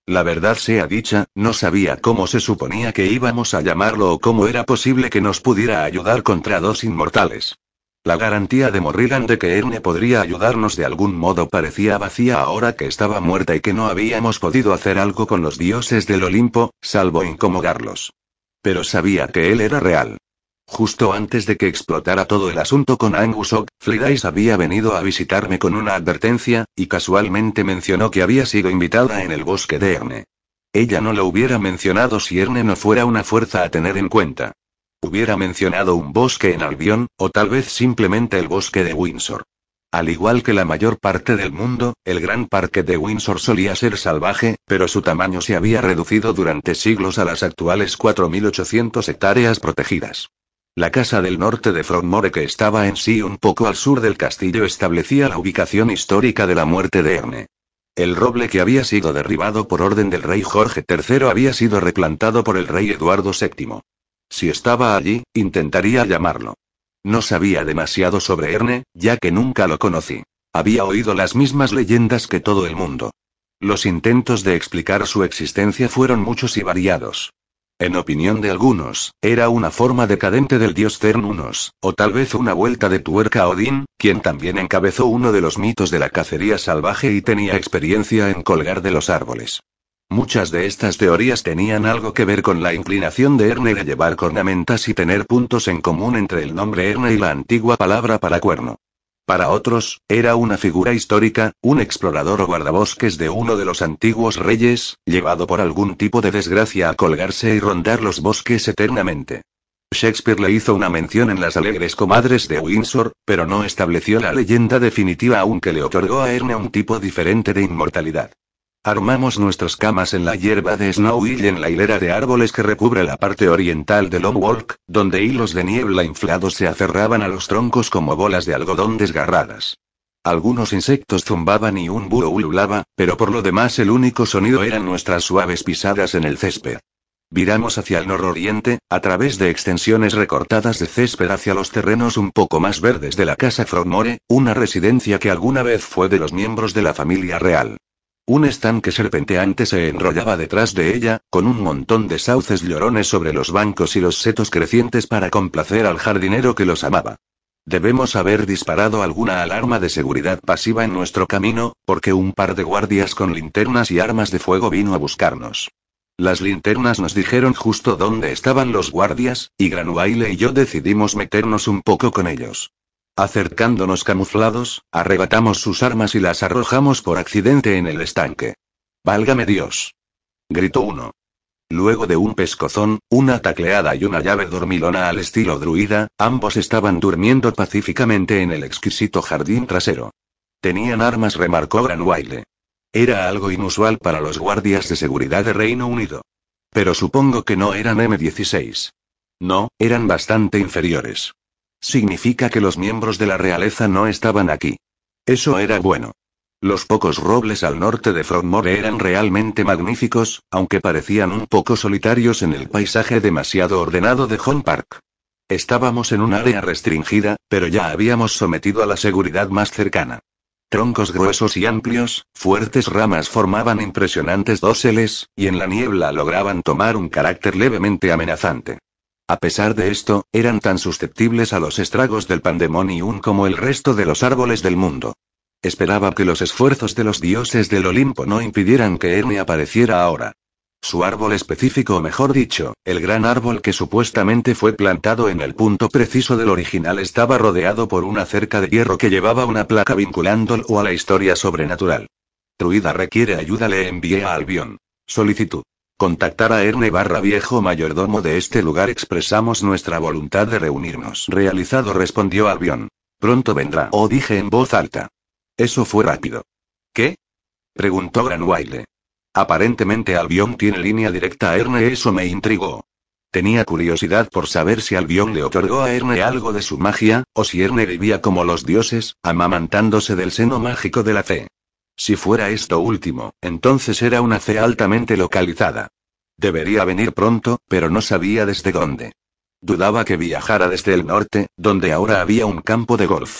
La verdad sea dicha, no sabía cómo se suponía que íbamos a llamarlo o cómo era posible que nos pudiera ayudar contra dos inmortales. La garantía de Morrigan de que Erne podría ayudarnos de algún modo parecía vacía ahora que estaba muerta y que no habíamos podido hacer algo con los dioses del Olimpo, salvo incomodarlos. Pero sabía que él era real. Justo antes de que explotara todo el asunto con Angus Oak, Flydais había venido a visitarme con una advertencia, y casualmente mencionó que había sido invitada en el bosque de Erne. Ella no lo hubiera mencionado si Erne no fuera una fuerza a tener en cuenta. Hubiera mencionado un bosque en Albion, o tal vez simplemente el bosque de Windsor. Al igual que la mayor parte del mundo, el gran parque de Windsor solía ser salvaje, pero su tamaño se había reducido durante siglos a las actuales cuatro mil ochocientas hectáreas protegidas. La casa del norte de Frogmore, que estaba en sí un poco al sur del castillo, establecía la ubicación histórica de la muerte de Erne. El roble que había sido derribado por orden del rey Jorge tercero había sido replantado por el rey Eduardo séptimo. Si estaba allí, intentaría llamarlo. No sabía demasiado sobre Erne, ya que nunca lo conocí. Había oído las mismas leyendas que todo el mundo. Los intentos de explicar su existencia fueron muchos y variados. En opinión de algunos, era una forma decadente del dios Cernunnos, o tal vez una vuelta de tuerca a Odín, quien también encabezó uno de los mitos de la cacería salvaje y tenía experiencia en colgar de los árboles. Muchas de estas teorías tenían algo que ver con la inclinación de Erne de llevar cornamentas y tener puntos en común entre el nombre Erne y la antigua palabra para cuerno. Para otros, era una figura histórica, un explorador o guardabosques de uno de los antiguos reyes, llevado por algún tipo de desgracia a colgarse y rondar los bosques eternamente. Shakespeare le hizo una mención en Las alegres comadres de Windsor, pero no estableció la leyenda definitiva, aunque le otorgó a Erne un tipo diferente de inmortalidad. Armamos nuestras camas en la hierba de Snow Hill y en la hilera de árboles que recubre la parte oriental de Long Walk, donde hilos de niebla inflados se aferraban a los troncos como bolas de algodón desgarradas. Algunos insectos zumbaban y un búho ululaba, pero por lo demás el único sonido eran nuestras suaves pisadas en el césped. Viramos hacia el nororiente, a través de extensiones recortadas de césped hacia los terrenos un poco más verdes de la casa Frogmore, una residencia que alguna vez fue de los miembros de la familia real. Un estanque serpenteante se enrollaba detrás de ella, con un montón de sauces llorones sobre los bancos y los setos crecientes para complacer al jardinero que los amaba. Debemos haber disparado alguna alarma de seguridad pasiva en nuestro camino, porque un par de guardias con linternas y armas de fuego vino a buscarnos. Las linternas nos dijeron justo dónde estaban los guardias, y Granuaile y yo decidimos meternos un poco con ellos. Acercándonos camuflados, arrebatamos sus armas y las arrojamos por accidente en el estanque. ¡Válgame Dios!, gritó uno. Luego de un pescozón, una tacleada y una llave dormilona al estilo druida, ambos estaban durmiendo pacíficamente en el exquisito jardín trasero. Tenían armas, remarcó Granuaile. Era algo inusual para los guardias de seguridad de Reino Unido. Pero supongo que no eran eme dieciséis. No, eran bastante inferiores. Significa que los miembros de la realeza no estaban aquí. Eso era bueno. Los pocos robles al norte de Frogmore eran realmente magníficos, aunque parecían un poco solitarios en el paisaje demasiado ordenado de Home Park. Estábamos en un área restringida, pero ya habíamos sometido a la seguridad más cercana. Troncos gruesos y amplios, fuertes ramas formaban impresionantes dóseles, y en la niebla lograban tomar un carácter levemente amenazante. A pesar de esto, eran tan susceptibles a los estragos del pandemonium como el resto de los árboles del mundo. Esperaba que los esfuerzos de los dioses del Olimpo no impidieran que Erne apareciera ahora. Su árbol específico, o mejor dicho, el gran árbol que supuestamente fue plantado en el punto preciso del original, estaba rodeado por una cerca de hierro que llevaba una placa vinculándolo a la historia sobrenatural. Druida requiere ayuda, le envié a Albion. Solicitud. Contactar a Erne barra viejo mayordomo de este lugar. Expresamos nuestra voluntad de reunirnos. Realizado, respondió Albion. Pronto vendrá. O dije en voz alta. Eso fue rápido. ¿Qué?, preguntó Granuaile. Aparentemente Albion tiene línea directa a Erne, eso me intrigó. Tenía curiosidad por saber si Albion le otorgó a Erne algo de su magia, o si Erne vivía como los dioses, amamantándose del seno mágico de la fe. Si fuera esto último, entonces era una fe altamente localizada. Debería venir pronto, pero no sabía desde dónde. Dudaba que viajara desde el norte, donde ahora había un campo de golf.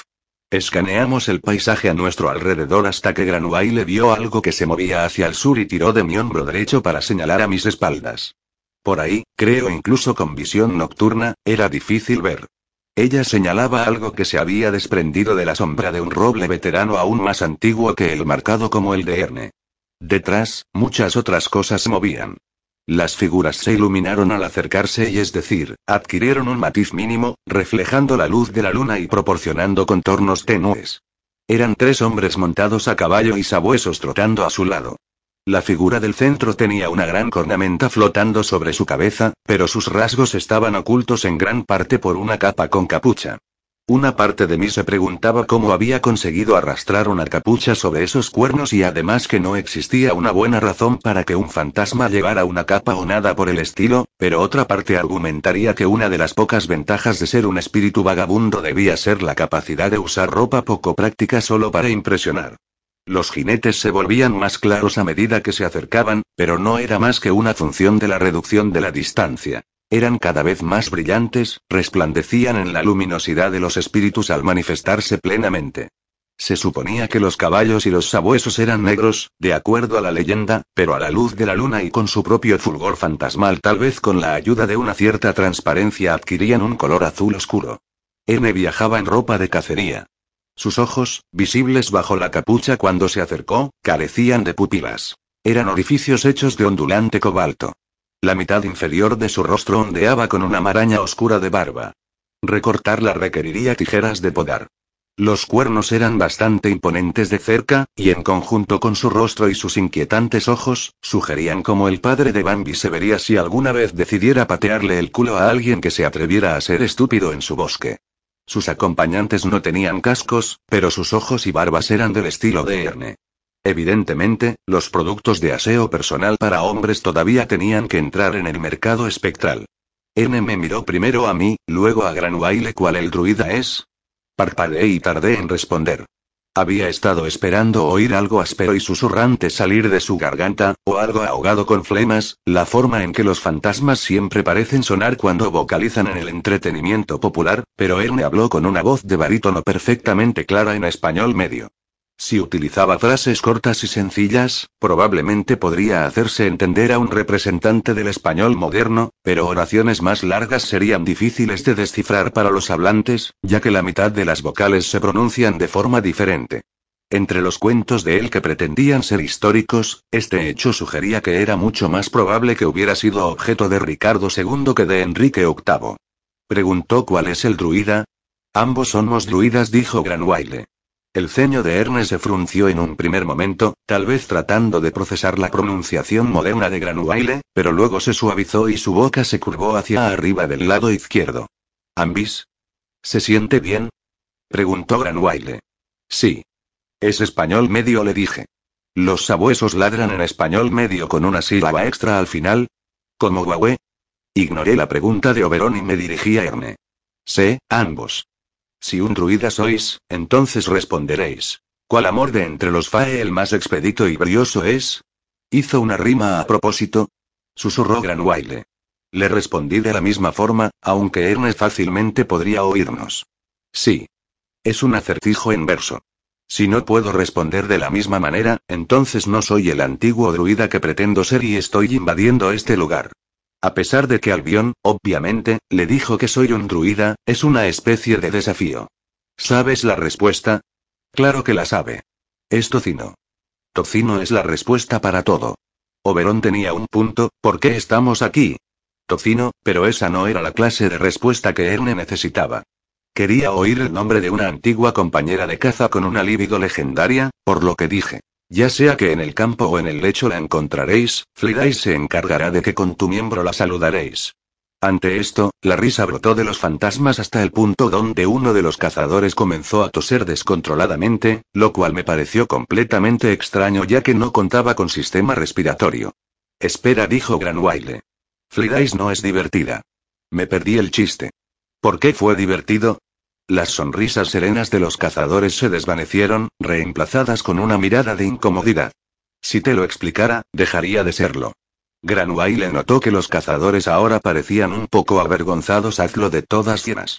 Escaneamos el paisaje a nuestro alrededor hasta que Granuaile vio algo que se movía hacia el sur y tiró de mi hombro derecho para señalar a mis espaldas. Por ahí, creo incluso con visión nocturna, era difícil ver. Ella señalaba algo que se había desprendido de la sombra de un roble veterano aún más antiguo que el marcado como el de Erne. Detrás, muchas otras cosas se movían. Las figuras se iluminaron al acercarse y es decir, adquirieron un matiz mínimo, reflejando la luz de la luna y proporcionando contornos tenues. Eran tres hombres montados a caballo y sabuesos trotando a su lado. La figura del centro tenía una gran cornamenta flotando sobre su cabeza, pero sus rasgos estaban ocultos en gran parte por una capa con capucha. Una parte de mí se preguntaba cómo había conseguido arrastrar una capucha sobre esos cuernos y además que no existía una buena razón para que un fantasma llevara una capa o nada por el estilo, pero otra parte argumentaría que una de las pocas ventajas de ser un espíritu vagabundo debía ser la capacidad de usar ropa poco práctica solo para impresionar. Los jinetes se volvían más claros a medida que se acercaban, pero no era más que una función de la reducción de la distancia. Eran cada vez más brillantes, resplandecían en la luminosidad de los espíritus al manifestarse plenamente. Se suponía que los caballos y los sabuesos eran negros, de acuerdo a la leyenda, pero a la luz de la luna y con su propio fulgor fantasmal, tal vez con la ayuda de una cierta transparencia, adquirían un color azul oscuro. Erne viajaba en ropa de cacería. Sus ojos, visibles bajo la capucha cuando se acercó, carecían de pupilas. Eran orificios hechos de ondulante cobalto. La mitad inferior de su rostro ondeaba con una maraña oscura de barba. Recortarla requeriría tijeras de podar. Los cuernos eran bastante imponentes de cerca, y en conjunto con su rostro y sus inquietantes ojos, sugerían cómo el padre de Bambi se vería si alguna vez decidiera patearle el culo a alguien que se atreviera a ser estúpido en su bosque. Sus acompañantes no tenían cascos, pero sus ojos y barbas eran del estilo de Erne. Evidentemente, los productos de aseo personal para hombres todavía tenían que entrar en el mercado espectral. Erne me miró primero a mí, luego a Granuaile. ¿Cuál el druida es? Parpadeé y tardé en responder. Había estado esperando oír algo áspero y susurrante salir de su garganta, o algo ahogado con flemas, la forma en que los fantasmas siempre parecen sonar cuando vocalizan en el entretenimiento popular, pero Erne habló con una voz de barítono perfectamente clara en español medio. Si utilizaba frases cortas y sencillas, probablemente podría hacerse entender a un representante del español moderno, pero oraciones más largas serían difíciles de descifrar para los hablantes, ya que la mitad de las vocales se pronuncian de forma diferente. Entre los cuentos de él que pretendían ser históricos, este hecho sugería que era mucho más probable que hubiera sido objeto de Ricardo segundo que de Enrique octavo. Preguntó cuál es el druida. Ambos somos druidas, dijo Granuaile. El ceño de Erne se frunció en un primer momento, tal vez tratando de procesar la pronunciación moderna de Granuaile, pero luego se suavizó y su boca se curvó hacia arriba del lado izquierdo. ¿Ambis? ¿Se siente bien? Preguntó Granuaile. Sí. Es español medio, le dije. ¿Los sabuesos ladran en español medio con una sílaba extra al final? ¿Como guagüe? Ignoré la pregunta de Oberón y me dirigí a Erne. Sé, ambos. Si un druida sois, entonces responderéis. ¿Cuál amor de entre los fae el más expedito y brioso es? ¿Hizo una rima a propósito? Susurró Granuaile. Le respondí de la misma forma, aunque Erne fácilmente podría oírnos. Sí. Es un acertijo en verso. Si no puedo responder de la misma manera, entonces no soy el antiguo druida que pretendo ser y estoy invadiendo este lugar. A pesar de que Albión, obviamente, le dijo que soy un druida, es una especie de desafío. ¿Sabes la respuesta? Claro que la sabe. Es tocino. Tocino es la respuesta para todo. Oberón tenía un punto, ¿por qué estamos aquí? Tocino, pero esa no era la clase de respuesta que Erne necesitaba. Quería oír el nombre de una antigua compañera de caza con una libido legendaria, por lo que dije. Ya sea que en el campo o en el lecho la encontraréis, Flidais se encargará de que con tu miembro la saludaréis. Ante esto, la risa brotó de los fantasmas hasta el punto donde uno de los cazadores comenzó a toser descontroladamente, lo cual me pareció completamente extraño ya que no contaba con sistema respiratorio. Espera, dijo Granuaile. Flidais no es divertida. Me perdí el chiste. ¿Por qué fue divertido? Las sonrisas serenas de los cazadores se desvanecieron, reemplazadas con una mirada de incomodidad. Si te lo explicara, dejaría de serlo. Granuaile notó que los cazadores ahora parecían un poco avergonzados. Hazlo de todas llenas.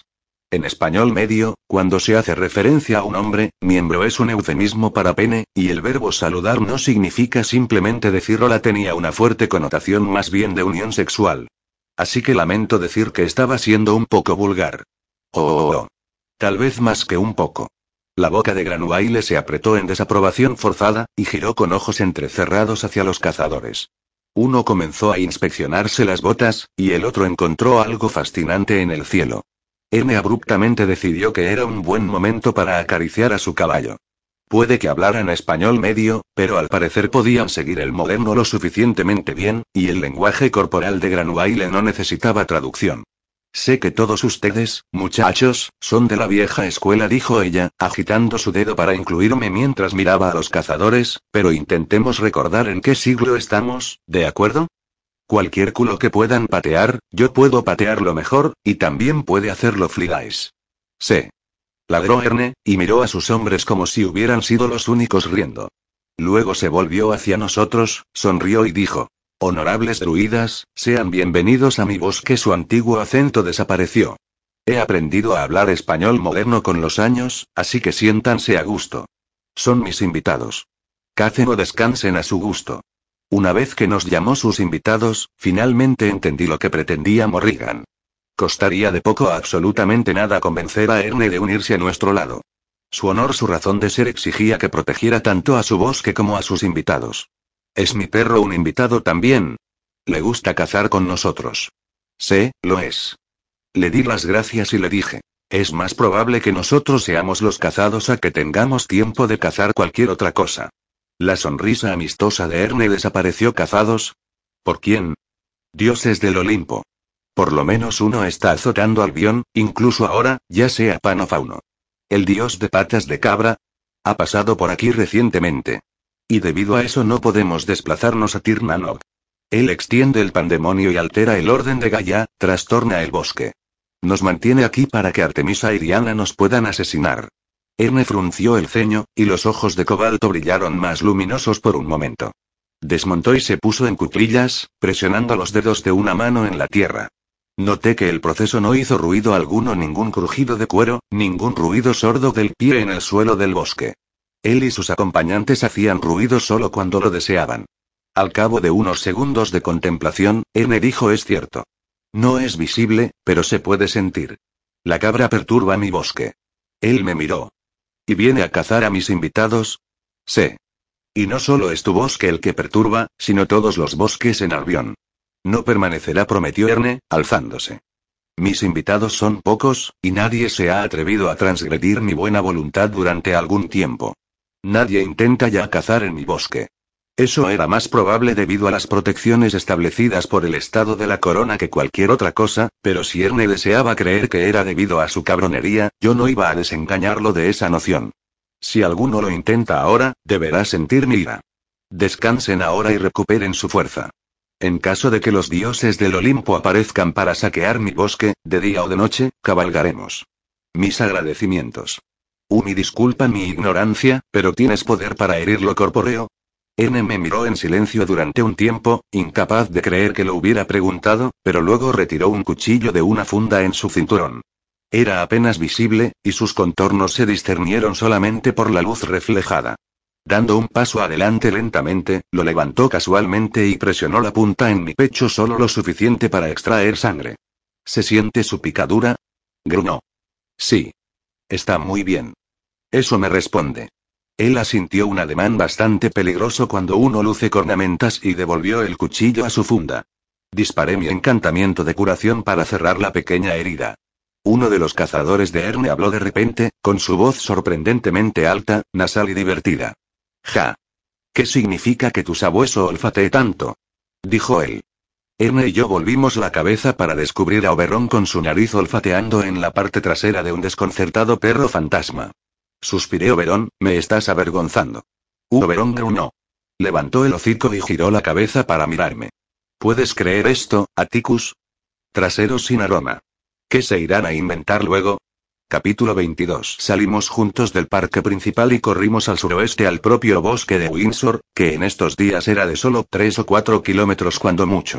En español medio, cuando se hace referencia a un hombre, miembro es un eufemismo para pene, y el verbo saludar no significa simplemente decir hola, tenía una fuerte connotación más bien de unión sexual. Así que lamento decir que estaba siendo un poco vulgar. Oh, oh, oh. Tal vez más que un poco. La boca de Granuaile se apretó en desaprobación forzada, y giró con ojos entrecerrados hacia los cazadores. Uno comenzó a inspeccionarse las botas, y el otro encontró algo fascinante en el cielo. N abruptamente decidió que era un buen momento para acariciar a su caballo. Puede que hablaran español medio, pero al parecer podían seguir el moderno lo suficientemente bien, y el lenguaje corporal de Granuaile no necesitaba traducción. Sé que todos ustedes, muchachos, son de la vieja escuela, dijo ella, agitando su dedo para incluirme mientras miraba a los cazadores, pero intentemos recordar en qué siglo estamos, ¿de acuerdo? Cualquier culo que puedan patear, yo puedo patearlo mejor, y también puede hacerlo Flies. Sí. Ladró Erne, y miró a sus hombres como si hubieran sido los únicos riendo. Luego se volvió hacia nosotros, sonrió y dijo: Honorables druidas, sean bienvenidos a mi bosque. Su antiguo acento desapareció. He aprendido a hablar español moderno con los años, así que siéntanse a gusto. Son mis invitados. Cacen o descansen a su gusto. Una vez que nos llamó sus invitados, finalmente entendí lo que pretendía Morrigan. Costaría de poco a absolutamente nada convencer a Erne de unirse a nuestro lado. Su honor, su razón de ser exigía que protegiera tanto a su bosque como a sus invitados. ¿Es mi perro un invitado también? Le gusta cazar con nosotros. Sí, lo es. Le di las gracias y le dije: es más probable que nosotros seamos los cazados a que tengamos tiempo de cazar cualquier otra cosa. La sonrisa amistosa de Erne desapareció. ¿Cazados? ¿Por quién? Dioses del Olimpo. Por lo menos uno está azotando al Bión, incluso ahora, ya sea Pan o Fauno. El dios de patas de cabra ha pasado por aquí recientemente. Y debido a eso no podemos desplazarnos a Tir Na Nog. Él extiende el pandemonio y altera el orden de Gaia, trastorna el bosque. Nos mantiene aquí para que Artemisa y Diana nos puedan asesinar. Erne frunció el ceño, y los ojos de cobalto brillaron más luminosos por un momento. Desmontó y se puso en cuclillas, presionando los dedos de una mano en la tierra. Noté que el proceso no hizo ruido alguno, ningún crujido de cuero, ningún ruido sordo del pie en el suelo del bosque. Él y sus acompañantes hacían ruido solo cuando lo deseaban. Al cabo de unos segundos de contemplación, Erne dijo: es cierto. No es visible, pero se puede sentir. La cabra perturba mi bosque. Él me miró. ¿Y viene a cazar a mis invitados? Sí. Y no solo es tu bosque el que perturba, sino todos los bosques en Albión. No permanecerá, prometió Erne, alzándose. Mis invitados son pocos, y nadie se ha atrevido a transgredir mi buena voluntad durante algún tiempo. Nadie intenta ya cazar en mi bosque. Eso era más probable debido a las protecciones establecidas por el Estado de la Corona que cualquier otra cosa, pero si Erne deseaba creer que era debido a su cabronería, yo no iba a desengañarlo de esa noción. Si alguno lo intenta ahora, deberá sentir mi ira. Descansen ahora y recuperen su fuerza. En caso de que los dioses del Olimpo aparezcan para saquear mi bosque, de día o de noche, cabalgaremos. Mis agradecimientos. Umi, disculpa mi ignorancia, pero ¿tienes poder para herir lo corpóreo? Erne me miró en silencio durante un tiempo, incapaz de creer que lo hubiera preguntado, pero luego retiró un cuchillo de una funda en su cinturón. Era apenas visible, y sus contornos se discernieron solamente por la luz reflejada. Dando un paso adelante lentamente, lo levantó casualmente y presionó la punta en mi pecho solo lo suficiente para extraer sangre. ¿Se siente su picadura? Gruñó. Sí. Está muy bien. Eso me responde. Él asintió, un ademán bastante peligroso cuando uno luce cornamentas, y devolvió el cuchillo a su funda. Disparé mi encantamiento de curación para cerrar la pequeña herida. Uno de los cazadores de Erne habló de repente, con su voz sorprendentemente alta, nasal y divertida. Ja. ¿Qué significa que tu sabueso olfatee tanto? Dijo él. Erne y yo volvimos la cabeza para descubrir a Oberon con su nariz olfateando en la parte trasera de un desconcertado perro fantasma. Suspiré. Oberon, me estás avergonzando. Oberon gruñó. Levantó el hocico y giró la cabeza para mirarme. ¿Puedes creer esto, Atticus? Traseros sin aroma. ¿Qué se irán a inventar luego? Capítulo veintidós. Salimos juntos del parque principal y corrimos al suroeste al propio bosque de Windsor, que en estos días era de solo tres o cuatro kilómetros cuando mucho.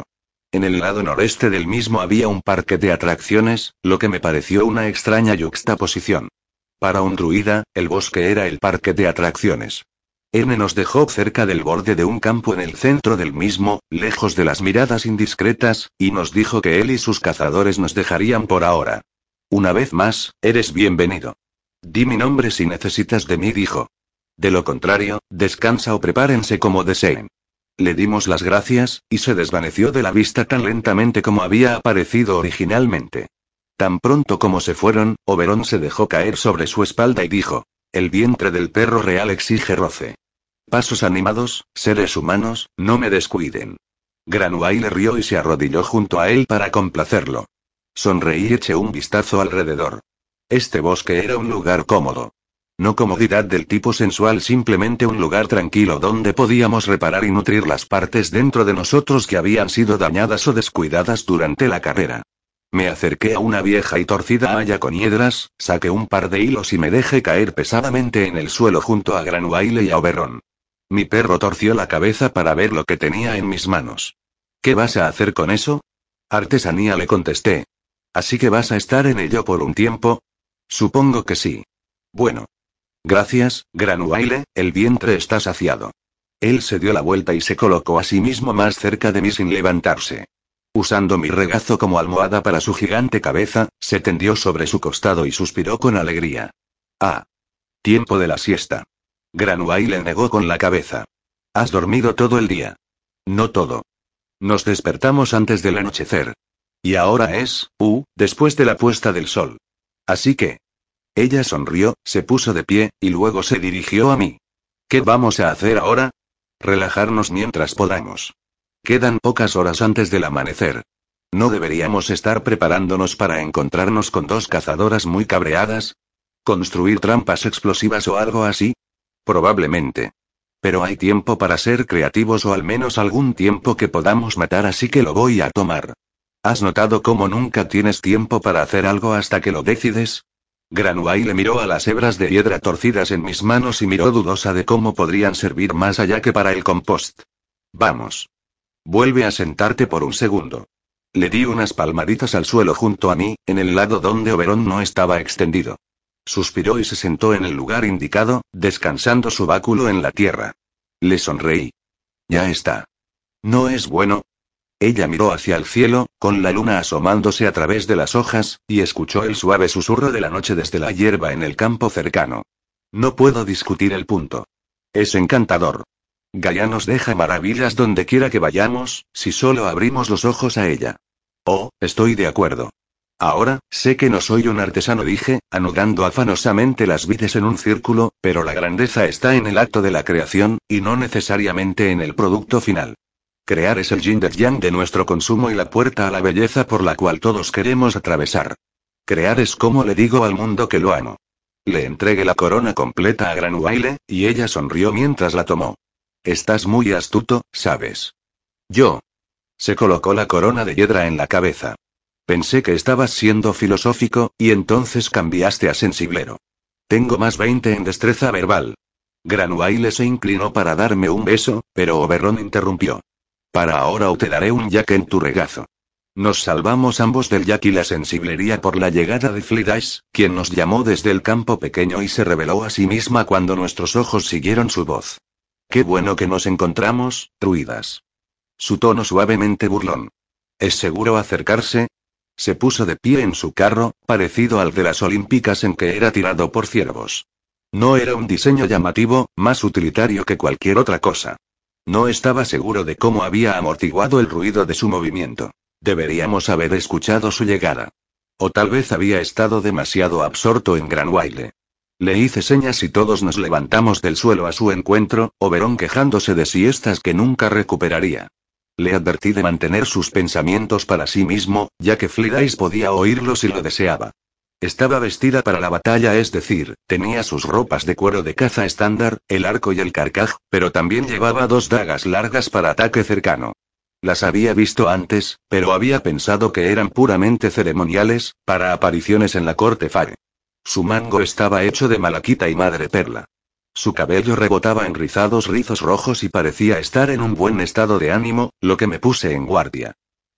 En el lado noreste del mismo había un parque de atracciones, lo que me pareció una extraña yuxtaposición. Para un druida, el bosque era el parque de atracciones. N nos dejó cerca del borde de un campo en el centro del mismo, lejos de las miradas indiscretas, y nos dijo que él y sus cazadores nos dejarían por ahora. Una vez más, eres bienvenido. Di mi nombre si necesitas de mí, dijo. De lo contrario, descansa o prepárense como deseen. Le dimos las gracias, y se desvaneció de la vista tan lentamente como había aparecido originalmente. Tan pronto como se fueron, Oberon se dejó caer sobre su espalda y dijo: el vientre del perro real exige roce. Pasos animados, seres humanos, no me descuiden. Granuai le rió y se arrodilló junto a él para complacerlo. Sonreí y eché un vistazo alrededor. Este bosque era un lugar cómodo. No comodidad del tipo sensual, simplemente un lugar tranquilo donde podíamos reparar y nutrir las partes dentro de nosotros que habían sido dañadas o descuidadas durante la carrera. Me acerqué a una vieja y torcida haya con hiedras, saqué un par de hilos y me dejé caer pesadamente en el suelo junto a Granuaile y a Oberon. Mi perro torció la cabeza para ver lo que tenía en mis manos. ¿Qué vas a hacer con eso? Artesanía, le contesté. ¿Así que vas a estar en ello por un tiempo? Supongo que sí. Bueno. Gracias, Granuaile, el vientre está saciado. Él se dio la vuelta y se colocó a sí mismo más cerca de mí sin levantarse. Usando mi regazo como almohada para su gigante cabeza, se tendió sobre su costado y suspiró con alegría. Ah. Tiempo de la siesta. Granuaile negó con la cabeza. Has dormido todo el día. No todo. Nos despertamos antes del anochecer. Y ahora es, uh, después de la puesta del sol. Así que... Ella sonrió, se puso de pie, y luego se dirigió a mí. ¿Qué vamos a hacer ahora? Relajarnos mientras podamos. Quedan pocas horas antes del amanecer. ¿No deberíamos estar preparándonos para encontrarnos con dos cazadoras muy cabreadas? ¿Construir trampas explosivas o algo así? Probablemente. Pero hay tiempo para ser creativos, o al menos algún tiempo que podamos matar, así que lo voy a tomar. ¿Has notado cómo nunca tienes tiempo para hacer algo hasta que lo decides? Granuaile miró a las hebras de hiedra torcidas en mis manos y miró dudosa de cómo podrían servir más allá que para el compost. Vamos. Vuelve a sentarte por un segundo. Le di unas palmaditas al suelo junto a mí, en el lado donde Oberon no estaba extendido. Suspiró y se sentó en el lugar indicado, descansando su báculo en la tierra. Le sonreí. Ya está. ¿No es bueno? Ella miró hacia el cielo, con la luna asomándose a través de las hojas, y escuchó el suave susurro de la noche desde la hierba en el campo cercano. No puedo discutir el punto. Es encantador. Gaia nos deja maravillas donde quiera que vayamos, si solo abrimos los ojos a ella. Oh, estoy de acuerdo. Ahora, sé que no soy un artesano, dije, anudando afanosamente las vides en un círculo, pero la grandeza está en el acto de la creación, y no necesariamente en el producto final. Crear es el yin del yang de nuestro consumo y la puerta a la belleza por la cual todos queremos atravesar. Crear es como le digo al mundo que lo amo. Le entregué la corona completa a Granuaile, y ella sonrió mientras la tomó. Estás muy astuto, ¿sabes? Yo. Se colocó la corona de hiedra en la cabeza. Pensé que estabas siendo filosófico, y entonces cambiaste a sensiblero. Tengo más veinte en destreza verbal. Granuaile se inclinó para darme un beso, pero Oberon interrumpió. Para ahora o te daré un yak en tu regazo. Nos salvamos ambos del yak y la sensiblería por la llegada de Flidash, quien nos llamó desde el campo pequeño y se reveló a sí misma cuando nuestros ojos siguieron su voz. Qué bueno que nos encontramos, druidas. Su tono suavemente burlón. ¿Es seguro acercarse? Se puso de pie en su carro, parecido al de las olímpicas en que era tirado por ciervos. No era un diseño llamativo, más utilitario que cualquier otra cosa. No estaba seguro de cómo había amortiguado el ruido de su movimiento. Deberíamos haber escuchado su llegada. O tal vez había estado demasiado absorto en Granuaile. Le hice señas y todos nos levantamos del suelo a su encuentro, Oberon quejándose de siestas que nunca recuperaría. Le advertí de mantener sus pensamientos para sí mismo, ya que Flidash podía oírlos si lo deseaba. Estaba vestida para la batalla, es decir, tenía sus ropas de cuero de caza estándar, el arco y el carcaj, pero también llevaba dos dagas largas para ataque cercano. Las había visto antes, pero había pensado que eran puramente ceremoniales, para apariciones en la corte Fae. Su mango estaba hecho de malaquita y madreperla. Su cabello rebotaba en rizados rizos rojos y parecía estar en un buen estado de ánimo, lo que me puse en guardia.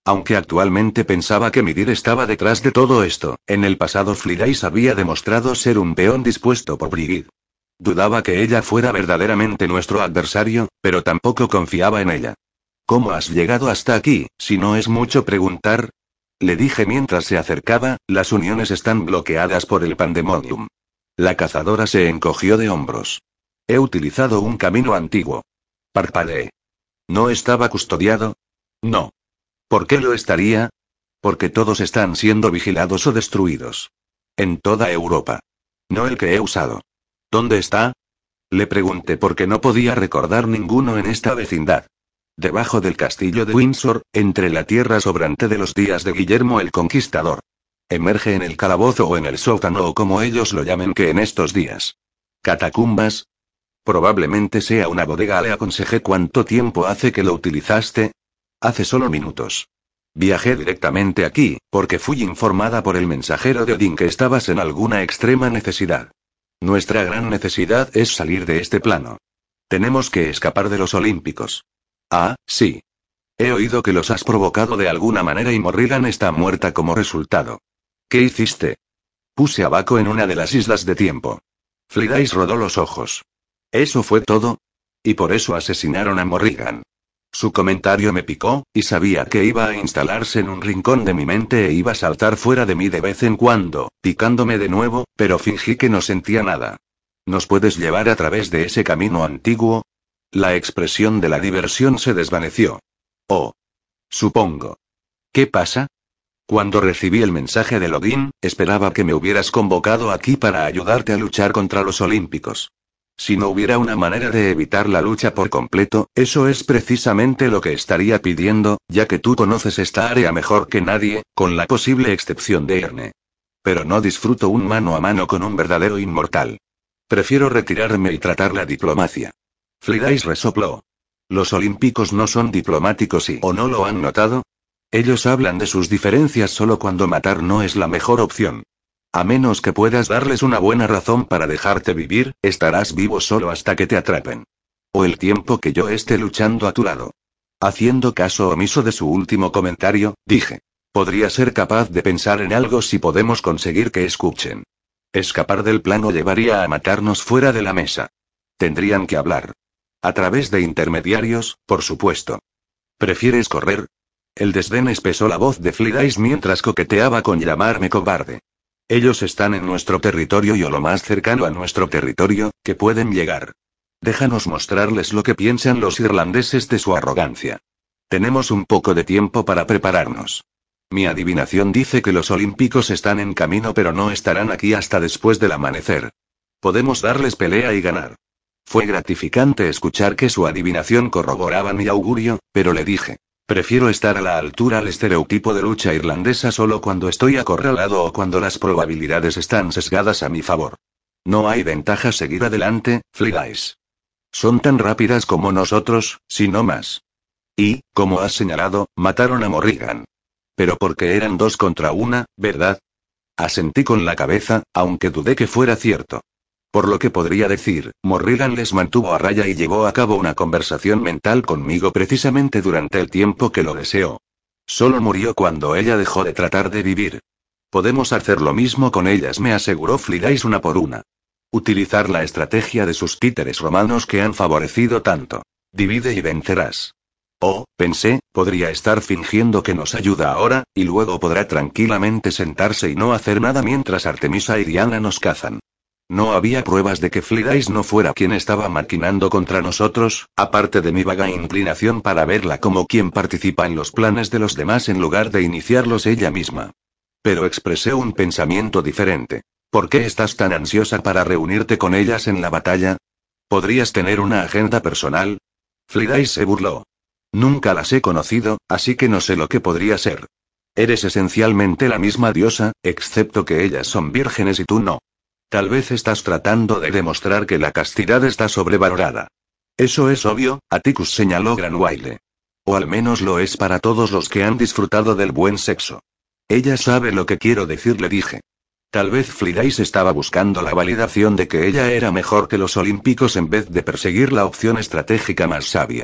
Aunque actualmente pensaba que Midir estaba detrás de todo esto, en el pasado Flydais había demostrado ser un peón dispuesto por Brigitte. Dudaba que ella fuera verdaderamente nuestro adversario, pero tampoco confiaba en ella. ¿Cómo has llegado hasta aquí, si no es mucho preguntar? Le dije mientras se acercaba, las uniones están bloqueadas por el pandemonium. La cazadora se encogió de hombros. He utilizado un camino antiguo. Parpadeé. ¿No estaba custodiado? No. ¿Por qué lo estaría? Porque todos están siendo vigilados o destruidos. En toda Europa. No el que he usado. ¿Dónde está? Le pregunté porque no podía recordar ninguno en esta vecindad. Debajo del castillo de Windsor, entre la tierra sobrante de los días de Guillermo el Conquistador. Emerge en el calabozo o en el sótano o como ellos lo llamen que en estos días. ¿Catacumbas? Probablemente sea una bodega. Le aconsejé. ¿Cuánto tiempo hace que lo utilizaste? Hace solo minutos. Viajé directamente aquí, porque fui informada por el mensajero de Odín que estabas en alguna extrema necesidad. Nuestra gran necesidad es salir de este plano. Tenemos que escapar de los Olímpicos. Ah, sí. He oído que los has provocado de alguna manera y Morrigan está muerta como resultado. ¿Qué hiciste? Puse a Baco en una de las islas de tiempo. Flydais rodó los ojos. ¿Eso fue todo? Y por eso asesinaron a Morrigan. Su comentario me picó, y sabía que iba a instalarse en un rincón de mi mente e iba a saltar fuera de mí de vez en cuando, picándome de nuevo, pero fingí que no sentía nada. ¿Nos puedes llevar a través de ese camino antiguo? La expresión de la diversión se desvaneció. Oh. Supongo. ¿Qué pasa? Cuando recibí el mensaje de Odín, esperaba que me hubieras convocado aquí para ayudarte a luchar contra los Olímpicos. Si no hubiera una manera de evitar la lucha por completo, eso es precisamente lo que estaría pidiendo, ya que tú conoces esta área mejor que nadie, con la posible excepción de Erne. Pero no disfruto un mano a mano con un verdadero inmortal. Prefiero retirarme y tratar la diplomacia. Flydais resopló. Los Olímpicos no son diplomáticos y ¿o no lo han notado? Ellos hablan de sus diferencias solo cuando matar no es la mejor opción. A menos que puedas darles una buena razón para dejarte vivir, estarás vivo solo hasta que te atrapen. O el tiempo que yo esté luchando a tu lado. Haciendo caso omiso de su último comentario, dije. Podría ser capaz de pensar en algo si podemos conseguir que escuchen. Escapar del plano llevaría a matarnos fuera de la mesa. Tendrían que hablar. A través de intermediarios, por supuesto. ¿Prefieres correr? El desdén espesó la voz de Flydais mientras coqueteaba con llamarme cobarde. Ellos están en nuestro territorio y o lo más cercano a nuestro territorio, que pueden llegar. Déjanos mostrarles lo que piensan los irlandeses de su arrogancia. Tenemos un poco de tiempo para prepararnos. Mi adivinación dice que los Olímpicos están en camino pero no estarán aquí hasta después del amanecer. Podemos darles pelea y ganar. Fue gratificante escuchar que su adivinación corroboraba mi augurio, pero le dije. Prefiero estar a la altura al estereotipo de lucha irlandesa solo cuando estoy acorralado o cuando las probabilidades están sesgadas a mi favor. No hay ventaja seguir adelante, Flydais. Son tan rápidas como nosotros, si no más. Y, como has señalado, mataron a Morrigan. Pero porque eran dos contra una, ¿verdad? Asentí con la cabeza, aunque dudé que fuera cierto. Por lo que podría decir, Morrigan les mantuvo a raya y llevó a cabo una conversación mental conmigo precisamente durante el tiempo que lo deseó. Solo murió cuando ella dejó de tratar de vivir. Podemos hacer lo mismo con ellas, me aseguró Flydais una por una. Utilizar la estrategia de sus títeres romanos que han favorecido tanto. Divide y vencerás. Oh, pensé, podría estar fingiendo que nos ayuda ahora, y luego podrá tranquilamente sentarse y no hacer nada mientras Artemisa y Diana nos cazan. No había pruebas de que Flydais no fuera quien estaba maquinando contra nosotros, aparte de mi vaga inclinación para verla como quien participa en los planes de los demás en lugar de iniciarlos ella misma. Pero expresé un pensamiento diferente. ¿Por qué estás tan ansiosa para reunirte con ellas en la batalla? ¿Podrías tener una agenda personal? Flydais se burló. Nunca las he conocido, así que no sé lo que podría ser. Eres esencialmente la misma diosa, excepto que ellas son vírgenes y tú no. Tal vez estás tratando de demostrar que la castidad está sobrevalorada. Eso es obvio, Atticus señaló Granwyle. O al menos lo es para todos los que han disfrutado del buen sexo. Ella sabe lo que quiero decir, le dije. Tal vez Flydais estaba buscando la validación de que ella era mejor que los Olímpicos en vez de perseguir la opción estratégica más sabia.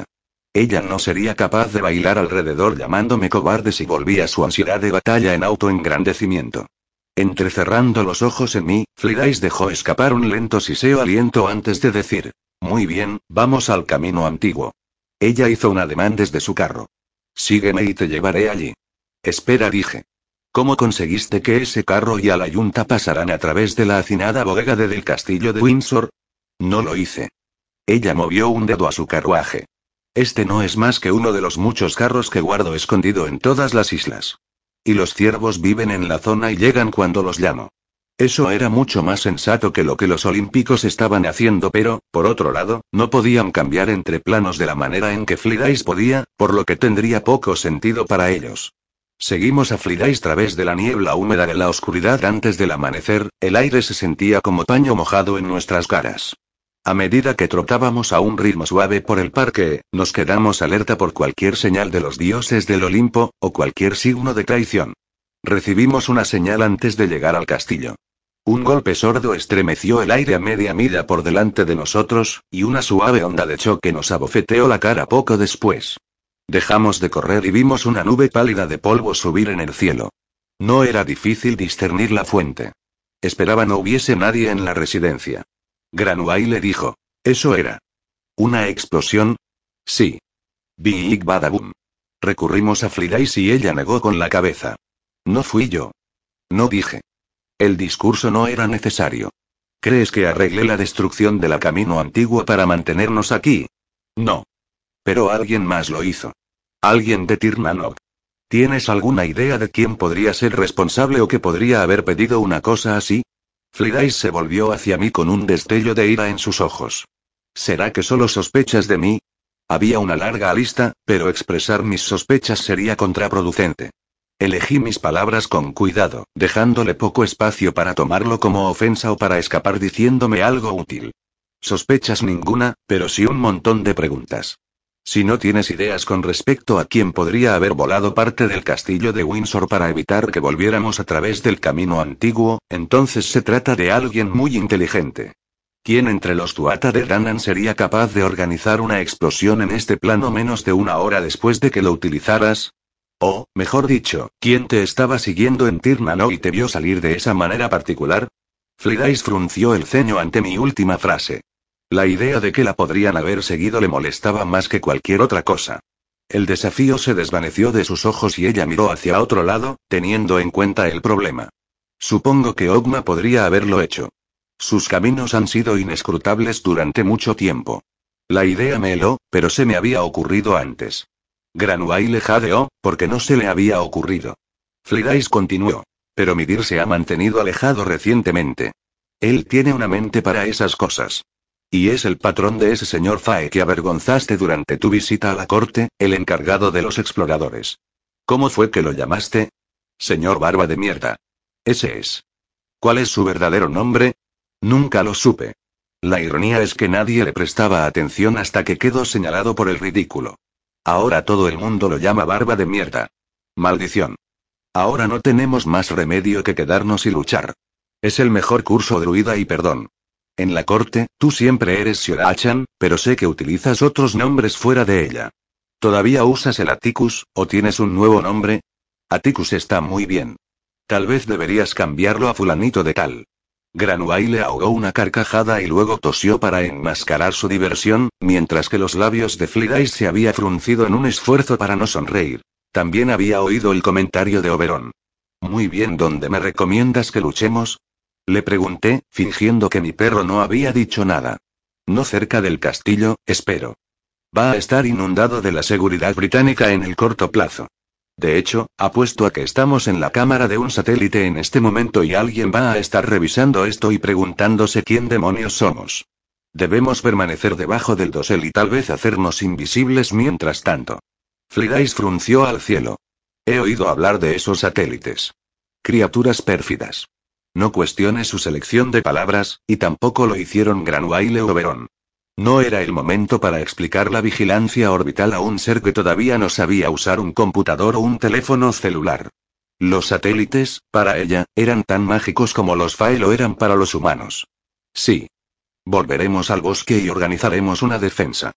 Ella no sería capaz de bailar alrededor llamándome cobarde si volvía su ansiedad de batalla en autoengrandecimiento. Entrecerrando los ojos en mí, Flydais dejó escapar un lento siseo aliento antes de decir: muy bien, vamos al camino antiguo. Ella hizo un ademán desde su carro. Sígueme y te llevaré allí. Espera, dije. ¿Cómo conseguiste que ese carro y a la yunta pasaran a través de la hacinada bodega de del castillo de Windsor? No lo hice. Ella movió un dedo a su carruaje. Este no es más que uno de los muchos carros que guardo escondido en todas las islas. Y los ciervos viven en la zona y llegan cuando los llamo. Eso era mucho más sensato que lo que los olímpicos estaban haciendo, pero, por otro lado, no podían cambiar entre planos de la manera en que Flydais podía, por lo que tendría poco sentido para ellos. Seguimos a Flydais a través de la niebla húmeda de la oscuridad antes del amanecer, el aire se sentía como paño mojado en nuestras caras. A medida que trotábamos a un ritmo suave por el parque, nos quedamos alerta por cualquier señal de los dioses del Olimpo, o cualquier signo de traición. Recibimos una señal antes de llegar al castillo. Un golpe sordo estremeció el aire a media milla por delante de nosotros, y una suave onda de choque nos abofeteó la cara poco después. Dejamos de correr y vimos una nube pálida de polvo subir en el cielo. No era difícil discernir la fuente. Esperaba no hubiese nadie en la residencia. Granuai le dijo: ¿eso era una explosión? Sí. Big Badaboom. Recurrimos a Flydais y ella negó con la cabeza. No fui yo. No dije. El discurso no era necesario. ¿Crees que arreglé la destrucción de la camino antiguo para mantenernos aquí? No. Pero alguien más lo hizo. Alguien de Tirnanok. ¿Tienes alguna idea de quién podría ser responsable o que podría haber pedido una cosa así? Flydais se volvió hacia mí con un destello de ira en sus ojos. ¿Será que solo sospechas de mí? Había una larga lista, pero expresar mis sospechas sería contraproducente. Elegí mis palabras con cuidado, dejándole poco espacio para tomarlo como ofensa o para escapar diciéndome algo útil. Sospechas ninguna, pero sí un montón de preguntas. Si no tienes ideas con respecto a quién podría haber volado parte del castillo de Windsor para evitar que volviéramos a través del camino antiguo, entonces se trata de alguien muy inteligente. ¿Quién entre los Tuatha de Danann sería capaz de organizar una explosión en este plano menos de una hora después de que lo utilizaras? O, mejor dicho, ¿quién te estaba siguiendo en Tirnanok y te vio salir de esa manera particular? Flydais frunció el ceño ante mi última frase. La idea de que la podrían haber seguido le molestaba más que cualquier otra cosa. El desafío se desvaneció de sus ojos y ella miró hacia otro lado, teniendo en cuenta el problema. Supongo que Ogma podría haberlo hecho. Sus caminos han sido inescrutables durante mucho tiempo. La idea me heló, pero se me había ocurrido antes. Granuai le jadeó, porque no se le había ocurrido. Flydais continuó. Pero Midir se ha mantenido alejado recientemente. Él tiene una mente para esas cosas. Y es el patrón de ese señor Fae que avergonzaste durante tu visita a la corte, el encargado de los exploradores. ¿Cómo fue que lo llamaste? Señor Barba de Mierda. Ese es. ¿Cuál es su verdadero nombre? Nunca lo supe. La ironía es que nadie le prestaba atención hasta que quedó señalado por el ridículo. Ahora todo el mundo lo llama Barba de Mierda. Maldición. Ahora no tenemos más remedio que quedarnos y luchar. Es el mejor curso druida y perdón. En la corte, tú siempre eres Xiorachan, pero sé que utilizas otros nombres fuera de ella. ¿Todavía usas el Atticus, o tienes un nuevo nombre? Atticus está muy bien. Tal vez deberías cambiarlo a fulanito de tal. Granuai le ahogó una carcajada y luego tosió para enmascarar su diversión, mientras que los labios de Flydais se había fruncido en un esfuerzo para no sonreír. También había oído el comentario de Oberon. Muy bien, ¿dónde me recomiendas que luchemos? Le pregunté, fingiendo que mi perro no había dicho nada. No cerca del castillo, espero. Va a estar inundado de la seguridad británica en el corto plazo. De hecho, apuesto a que estamos en la cámara de un satélite en este momento y alguien va a estar revisando esto y preguntándose quién demonios somos. Debemos permanecer debajo del dosel y tal vez hacernos invisibles mientras tanto. Flydais frunció al cielo. He oído hablar de esos satélites. Criaturas pérfidas. No cuestione su selección de palabras, y tampoco lo hicieron Granuai y Oberon. No era el momento para explicar la vigilancia orbital a un ser que todavía no sabía usar un computador o un teléfono celular. Los satélites, para ella, eran tan mágicos como los Fae lo eran para los humanos. Sí. Volveremos al bosque y organizaremos una defensa.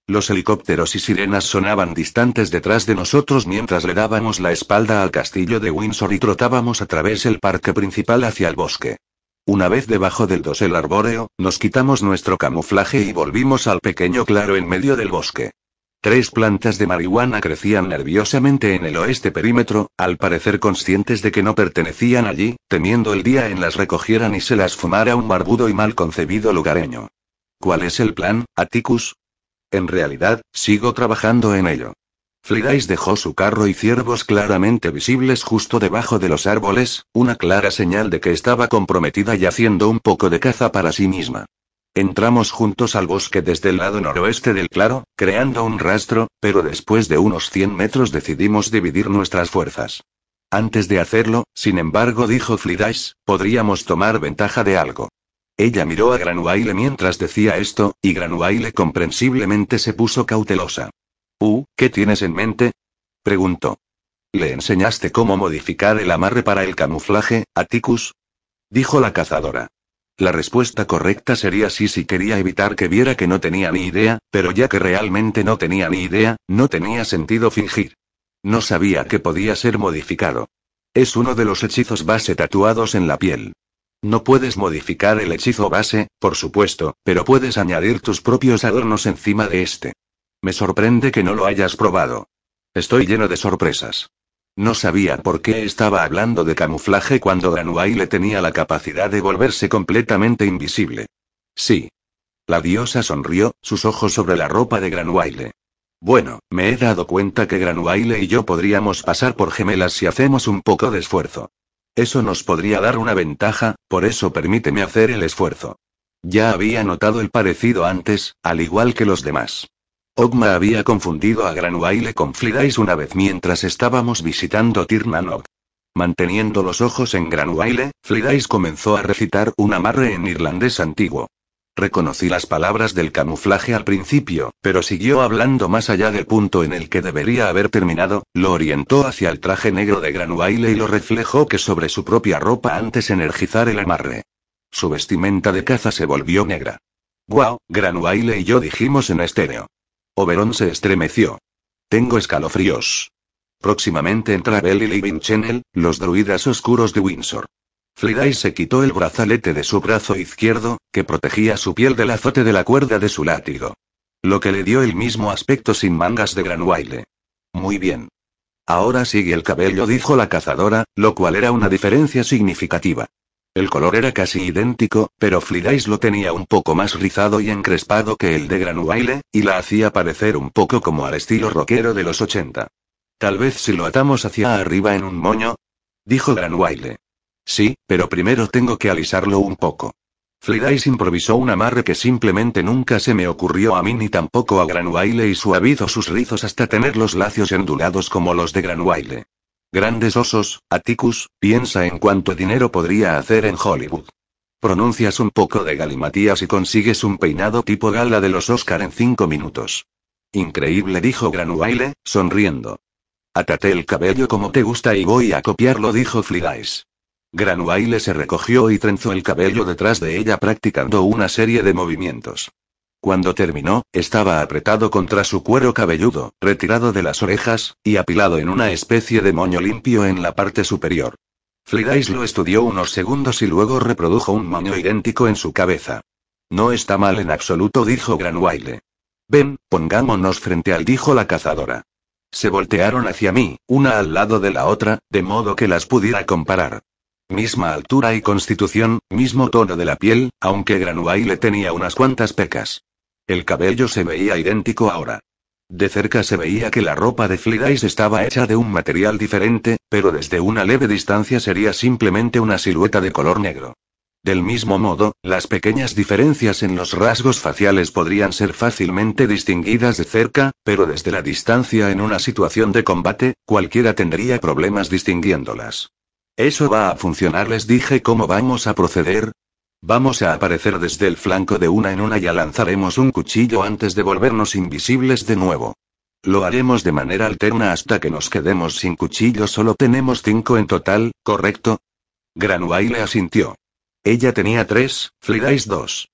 Los helicópteros y sirenas sonaban distantes detrás de nosotros mientras le dábamos la espalda al castillo de Windsor y trotábamos a través del parque principal hacia el bosque. Una vez debajo del dosel arbóreo, nos quitamos nuestro camuflaje y volvimos al pequeño claro en medio del bosque. Tres plantas de marihuana crecían nerviosamente en el oeste perímetro, al parecer conscientes de que no pertenecían allí, temiendo el día en las recogieran y se las fumara un barbudo y mal concebido lugareño. ¿Cuál es el plan, Atticus? En realidad, sigo trabajando en ello. Flydais dejó su carro y ciervos claramente visibles justo debajo de los árboles, una clara señal de que estaba comprometida y haciendo un poco de caza para sí misma. Entramos juntos al bosque desde el lado noroeste del claro, creando un rastro, pero después de unos cien metros decidimos dividir nuestras fuerzas. Antes de hacerlo, sin embargo, dijo Flydais, podríamos tomar ventaja de algo. Ella miró a Granuaile mientras decía esto, y Granuaile comprensiblemente se puso cautelosa. «Uh, ¿qué tienes en mente?», preguntó. «¿Le enseñaste cómo modificar el amarre para el camuflaje, Atticus?», dijo la cazadora. La respuesta correcta sería sí si quería evitar que viera que no tenía ni idea, pero ya que realmente no tenía ni idea, no tenía sentido fingir. No sabía que podía ser modificado. Es uno de los hechizos base tatuados en la piel. No puedes modificar el hechizo base, por supuesto, pero puedes añadir tus propios adornos encima de este. Me sorprende que no lo hayas probado. Estoy lleno de sorpresas. No sabía por qué estaba hablando de camuflaje cuando Granuaile tenía la capacidad de volverse completamente invisible. Sí. La diosa sonrió, sus ojos sobre la ropa de Granuaile. Bueno, me he dado cuenta que Granuaile y yo podríamos pasar por gemelas si hacemos un poco de esfuerzo. Eso nos podría dar una ventaja, por eso permíteme hacer el esfuerzo. Ya había notado el parecido antes, al igual que los demás. Ogma había confundido a Granuaile con Flydais una vez mientras estábamos visitando Tirnanok. Manteniendo los ojos en Granuaile, Flydais comenzó a recitar un amarre en irlandés antiguo. Reconocí las palabras del camuflaje al principio, pero siguió hablando más allá del punto en el que debería haber terminado, lo orientó hacia el traje negro de Granuaile y lo reflejó que sobre su propia ropa antes de energizar el amarre. Su vestimenta de caza se volvió negra. «Guau», Granuaile y yo dijimos en estéreo. Oberon se estremeció. «Tengo escalofríos». Próximamente en Travel y Living Channel, los druidas oscuros de Windsor. Flydais se quitó el brazalete de su brazo izquierdo, que protegía su piel del azote de la cuerda de su látigo. Lo que le dio el mismo aspecto sin mangas de Granuaile. «Muy bien. Ahora sigue el cabello», dijo la cazadora, lo cual era una diferencia significativa. El color era casi idéntico, pero Flydais lo tenía un poco más rizado y encrespado que el de Granuaile, y la hacía parecer un poco como al estilo rockero de los ochenta. «Tal vez si lo atamos hacia arriba en un moño», dijo Granuaile. «Sí, pero primero tengo que alisarlo un poco». Flydais improvisó un amarre que simplemente nunca se me ocurrió a mí ni tampoco a Granuaile y suavizó sus rizos hasta tener los lacios ondulados como los de Granuaile. Grandes osos, Atticus, piensa en cuánto dinero podría hacer en Hollywood. Pronuncias un poco de galimatías y consigues un peinado tipo gala de los Oscar en cinco minutos. Increíble, dijo Granuaile, sonriendo. Atate el cabello como te gusta y voy a copiarlo, dijo Flydais. Granuaile se recogió y trenzó el cabello detrás de ella practicando una serie de movimientos. Cuando terminó, estaba apretado contra su cuero cabelludo, retirado de las orejas, y apilado en una especie de moño limpio en la parte superior. Flydais lo estudió unos segundos y luego reprodujo un moño idéntico en su cabeza. No está mal en absoluto, dijo Granuaile. Ven, pongámonos frente al, dijo la cazadora. Se voltearon hacia mí, una al lado de la otra, de modo que las pudiera comparar. Misma altura y constitución, mismo tono de la piel, aunque Granuaile tenía unas cuantas pecas. El cabello se veía idéntico ahora. De cerca se veía que la ropa de Flydais estaba hecha de un material diferente, pero desde una leve distancia sería simplemente una silueta de color negro. Del mismo modo, las pequeñas diferencias en los rasgos faciales podrían ser fácilmente distinguidas de cerca, pero desde la distancia en una situación de combate, cualquiera tendría problemas distinguiéndolas. Eso va a funcionar, les dije. ¿Cómo vamos a proceder? Vamos a aparecer desde el flanco de una en una y lanzaremos un cuchillo antes de volvernos invisibles de nuevo. Lo haremos de manera alterna hasta que nos quedemos sin cuchillo. Solo tenemos cinco en total, ¿correcto? Granuaile asintió. Ella tenía tres, Flydais dos.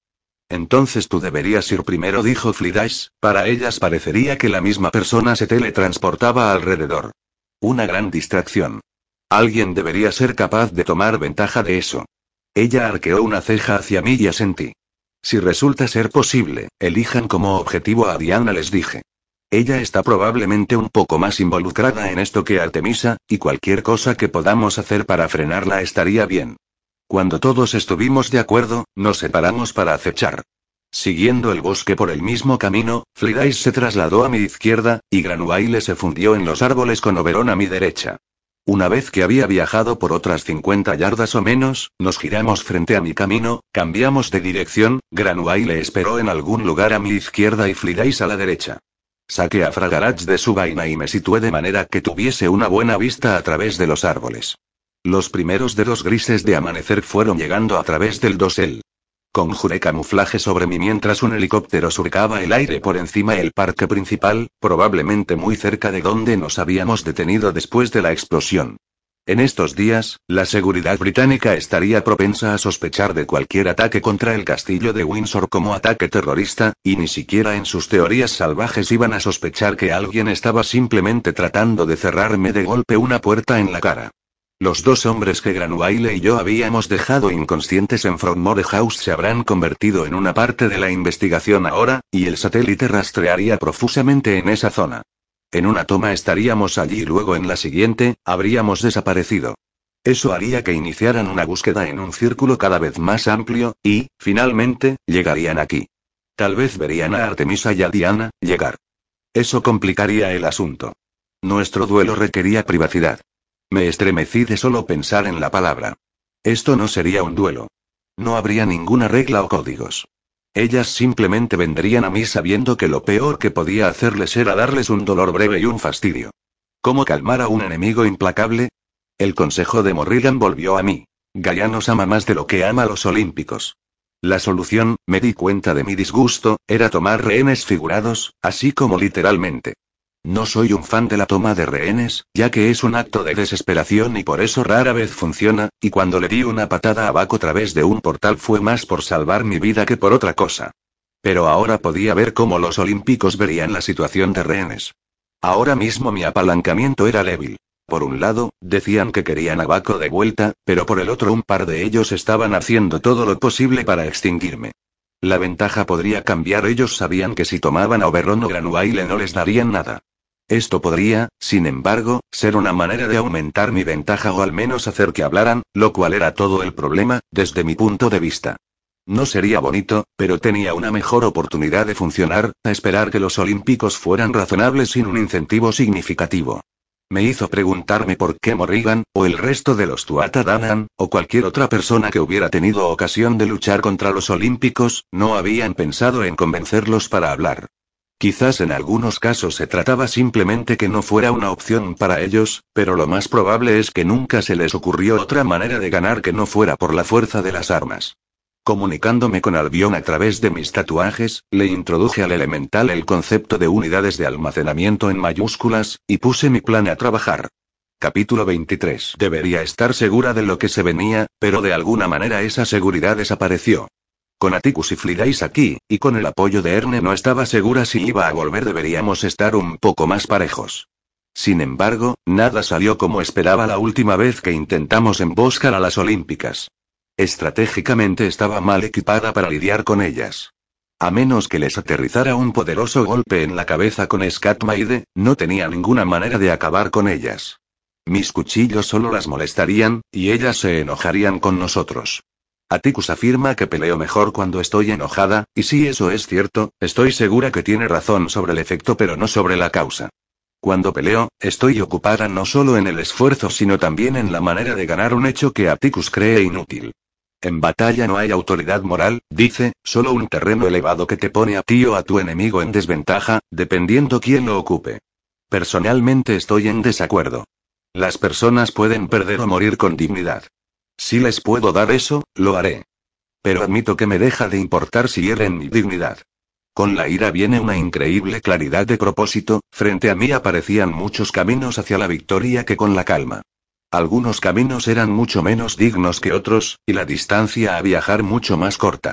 Entonces tú deberías ir primero, dijo Flydais. Para ellas parecería que la misma persona se teletransportaba alrededor. Una gran distracción. Alguien debería ser capaz de tomar ventaja de eso. Ella arqueó una ceja hacia mí y asentí. Si resulta ser posible, elijan como objetivo a Diana, les dije. Ella está probablemente un poco más involucrada en esto que Artemisa, y cualquier cosa que podamos hacer para frenarla estaría bien. Cuando todos estuvimos de acuerdo, nos separamos para acechar. Siguiendo el bosque por el mismo camino, Flydais se trasladó a mi izquierda, y Granuaile se fundió en los árboles con Oberon a mi derecha. Una vez que había viajado por otras cincuenta yardas o menos, nos giramos frente a mi camino, cambiamos de dirección, Granuaile esperó en algún lugar a mi izquierda y Flydais a la derecha. Saqué a Fragarach de su vaina y me situé de manera que tuviese una buena vista a través de los árboles. Los primeros dedos grises de amanecer fueron llegando a través del dosel. Conjuré camuflaje sobre mí mientras un helicóptero surcaba el aire por encima del parque principal, probablemente muy cerca de donde nos habíamos detenido después de la explosión. En estos días, la seguridad británica estaría propensa a sospechar de cualquier ataque contra el castillo de Windsor como ataque terrorista, y ni siquiera en sus teorías salvajes iban a sospechar que alguien estaba simplemente tratando de cerrarme de golpe una puerta en la cara. Los dos hombres que Granuaile y yo habíamos dejado inconscientes en Frogmore House se habrán convertido en una parte de la investigación ahora, y el satélite rastrearía profusamente en esa zona. En una toma estaríamos allí y luego en la siguiente, habríamos desaparecido. Eso haría que iniciaran una búsqueda en un círculo cada vez más amplio, y, finalmente, llegarían aquí. Tal vez verían a Artemisa y a Diana llegar. Eso complicaría el asunto. Nuestro duelo requería privacidad. Me estremecí de solo pensar en la palabra. Esto no sería un duelo. No habría ninguna regla o códigos. Ellas simplemente vendrían a mí sabiendo que lo peor que podía hacerles era darles un dolor breve y un fastidio. ¿Cómo calmar a un enemigo implacable? El consejo de Morrigan volvió a mí. Gaia nos ama más de lo que ama a los olímpicos. La solución, me di cuenta de mi disgusto, era tomar rehenes figurados, así como literalmente. No soy un fan de la toma de rehenes, ya que es un acto de desesperación y por eso rara vez funciona, y cuando le di una patada a Baco a través de un portal fue más por salvar mi vida que por otra cosa. Pero ahora podía ver cómo los olímpicos verían la situación de rehenes. Ahora mismo mi apalancamiento era débil. Por un lado, decían que querían a Baco de vuelta, pero por el otro un par de ellos estaban haciendo todo lo posible para extinguirme. La ventaja podría cambiar, ellos sabían que si tomaban a Oberon o Granuaile no les darían nada. Esto podría, sin embargo, ser una manera de aumentar mi ventaja o al menos hacer que hablaran, lo cual era todo el problema, desde mi punto de vista. No sería bonito, pero tenía una mejor oportunidad de funcionar, a esperar que los olímpicos fueran razonables sin un incentivo significativo. Me hizo preguntarme por qué Morrigan, o el resto de los Tuatha Danann, o cualquier otra persona que hubiera tenido ocasión de luchar contra los olímpicos, no habían pensado en convencerlos para hablar. Quizás en algunos casos se trataba simplemente que no fuera una opción para ellos, pero lo más probable es que nunca se les ocurrió otra manera de ganar que no fuera por la fuerza de las armas. Comunicándome con Albion a través de mis tatuajes, le introduje al elemental el concepto de unidades de almacenamiento en mayúsculas, y puse mi plan a trabajar. Capítulo veintitrés. Debería estar segura de lo que se venía, pero de alguna manera esa seguridad desapareció. Con Atticus y Flydais aquí, y con el apoyo de Erne no estaba segura si iba a volver, deberíamos estar un poco más parejos. Sin embargo, nada salió como esperaba la última vez que intentamos emboscar a las olímpicas. Estratégicamente estaba mal equipada para lidiar con ellas. A menos que les aterrizara un poderoso golpe en la cabeza con Scatmaide, no tenía ninguna manera de acabar con ellas. Mis cuchillos solo las molestarían, y ellas se enojarían con nosotros. Atticus afirma que peleo mejor cuando estoy enojada, y si eso es cierto, estoy segura que tiene razón sobre el efecto pero no sobre la causa. Cuando peleo, estoy ocupada no solo en el esfuerzo sino también en la manera de ganar un hecho que Atticus cree inútil. En batalla no hay autoridad moral, dice, solo un terreno elevado que te pone a ti o a tu enemigo en desventaja, dependiendo quién lo ocupe. Personalmente estoy en desacuerdo. Las personas pueden perder o morir con dignidad. Si les puedo dar eso, lo haré. Pero admito que me deja de importar si hieren mi dignidad. Con la ira viene una increíble claridad de propósito, frente a mí aparecían muchos caminos hacia la victoria que con la calma. Algunos caminos eran mucho menos dignos que otros, y la distancia a viajar mucho más corta.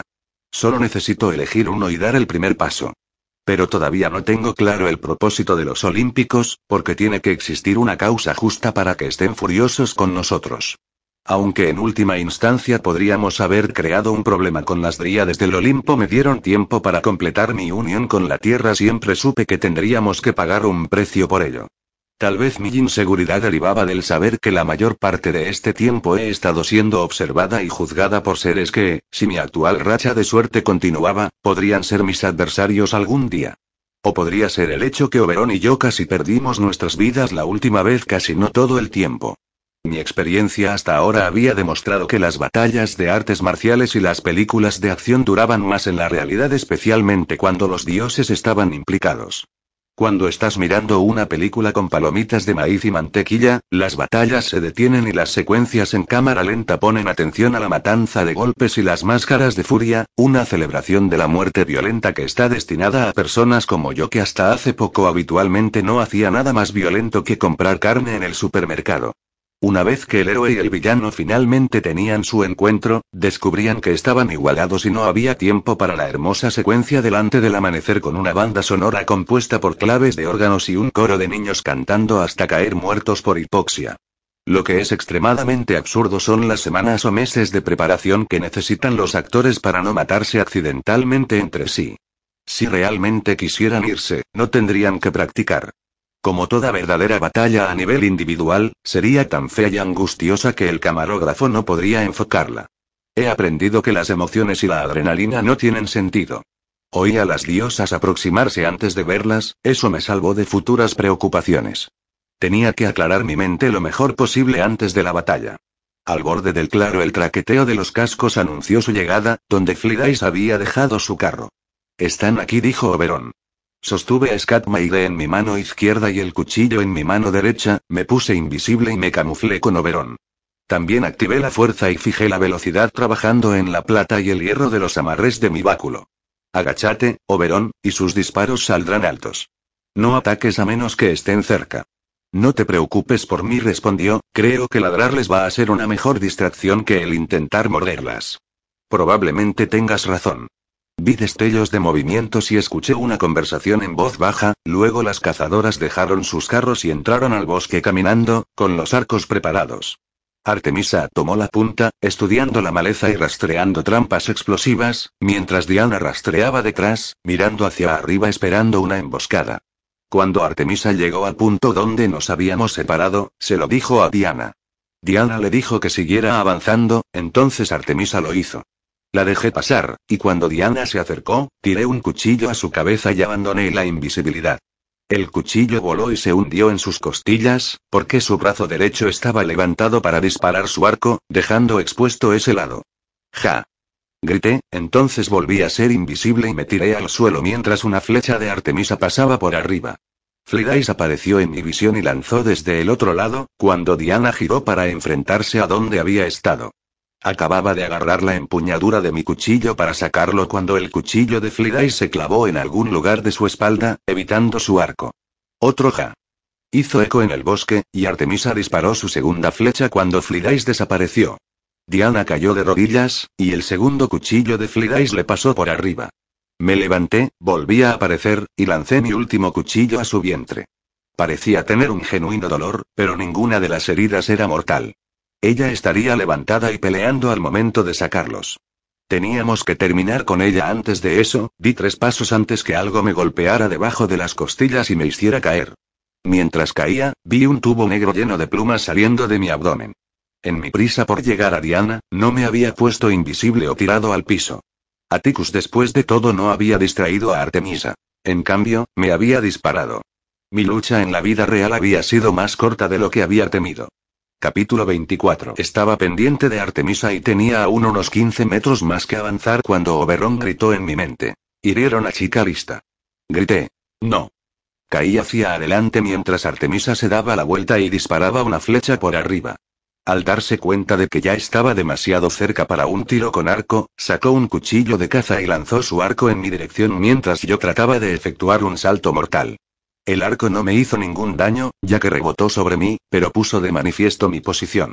Solo necesito elegir uno y dar el primer paso. Pero todavía no tengo claro el propósito de los Olímpicos, porque tiene que existir una causa justa para que estén furiosos con nosotros. Aunque en última instancia podríamos haber creado un problema con las dríades del Olimpo, me dieron tiempo para completar mi unión con la Tierra. Siempre supe que tendríamos que pagar un precio por ello. Tal vez mi inseguridad derivaba del saber que la mayor parte de este tiempo he estado siendo observada y juzgada por seres que, si mi actual racha de suerte continuaba, podrían ser mis adversarios algún día. O podría ser el hecho que Oberon y yo casi perdimos nuestras vidas la última vez, casi no todo el tiempo. Mi experiencia hasta ahora había demostrado que las batallas de artes marciales y las películas de acción duraban más en la realidad, especialmente cuando los dioses estaban implicados. Cuando estás mirando una película con palomitas de maíz y mantequilla, las batallas se detienen y las secuencias en cámara lenta ponen atención a la matanza de golpes y las máscaras de furia, una celebración de la muerte violenta que está destinada a personas como yo, que hasta hace poco habitualmente no hacía nada más violento que comprar carne en el supermercado. Una vez que el héroe y el villano finalmente tenían su encuentro, descubrían que estaban igualados y no había tiempo para la hermosa secuencia delante del amanecer con una banda sonora compuesta por claves de órganos y un coro de niños cantando hasta caer muertos por hipoxia. Lo que es extremadamente absurdo son las semanas o meses de preparación que necesitan los actores para no matarse accidentalmente entre sí. Si realmente quisieran irse, no tendrían que practicar. Como toda verdadera batalla a nivel individual, sería tan fea y angustiosa que el camarógrafo no podría enfocarla. He aprendido que las emociones y la adrenalina no tienen sentido. Oí a las diosas aproximarse antes de verlas, eso me salvó de futuras preocupaciones. Tenía que aclarar mi mente lo mejor posible antes de la batalla. Al borde del claro, el traqueteo de los cascos anunció su llegada, donde Flydais había dejado su carro. «Están aquí», dijo Oberon. Sostuve a Scat Maide en mi mano izquierda y el cuchillo en mi mano derecha, me puse invisible y me camuflé con Oberon. También activé la fuerza y fijé la velocidad trabajando en la plata y el hierro de los amarres de mi báculo. «Agáchate, Oberon, y sus disparos saldrán altos. No ataques a menos que estén cerca». «No te preocupes por mí», respondió, «creo que ladrarles va a ser una mejor distracción que el intentar morderlas». «Probablemente tengas razón». Vi destellos de movimientos y escuché una conversación en voz baja, luego las cazadoras dejaron sus carros y entraron al bosque caminando, con los arcos preparados. Artemisa tomó la punta, estudiando la maleza y rastreando trampas explosivas, mientras Diana rastreaba detrás, mirando hacia arriba esperando una emboscada. Cuando Artemisa llegó al punto donde nos habíamos separado, se lo dijo a Diana. Diana le dijo que siguiera avanzando, entonces Artemisa lo hizo. La dejé pasar, y cuando Diana se acercó, tiré un cuchillo a su cabeza y abandoné la invisibilidad. El cuchillo voló y se hundió en sus costillas, porque su brazo derecho estaba levantado para disparar su arco, dejando expuesto ese lado. ¡Ja! Grité, entonces volví a ser invisible y me tiré al suelo mientras una flecha de Artemisa pasaba por arriba. Flydais apareció en mi visión y lanzó desde el otro lado, cuando Diana giró para enfrentarse a donde había estado. Acababa de agarrar la empuñadura de mi cuchillo para sacarlo cuando el cuchillo de Flydais se clavó en algún lugar de su espalda, evitando su arco. Otro ja. Hizo eco en el bosque, y Artemisa disparó su segunda flecha cuando Flydais desapareció. Diana cayó de rodillas, y el segundo cuchillo de Flydais le pasó por arriba. Me levanté, volví a aparecer, y lancé mi último cuchillo a su vientre. Parecía tener un genuino dolor, pero ninguna de las heridas era mortal. Ella estaría levantada y peleando al momento de sacarlos. Teníamos que terminar con ella antes de eso. Di tres pasos antes que algo me golpeara debajo de las costillas y me hiciera caer. Mientras caía, vi un tubo negro lleno de plumas saliendo de mi abdomen. En mi prisa por llegar a Diana, no me había puesto invisible o tirado al piso. Atticus, después de todo, no había distraído a Artemisa. En cambio, me había disparado. Mi lucha en la vida real había sido más corta de lo que había temido. Capítulo veinticuatro. Estaba pendiente de Artemisa y tenía aún unos quince metros más que avanzar cuando Oberon gritó en mi mente. «Hirieron a chica lista». Grité. «No». Caí hacia adelante mientras Artemisa se daba la vuelta y disparaba una flecha por arriba. Al darse cuenta de que ya estaba demasiado cerca para un tiro con arco, sacó un cuchillo de caza y lanzó su arco en mi dirección mientras yo trataba de efectuar un salto mortal. El arco no me hizo ningún daño, ya que rebotó sobre mí, pero puso de manifiesto mi posición.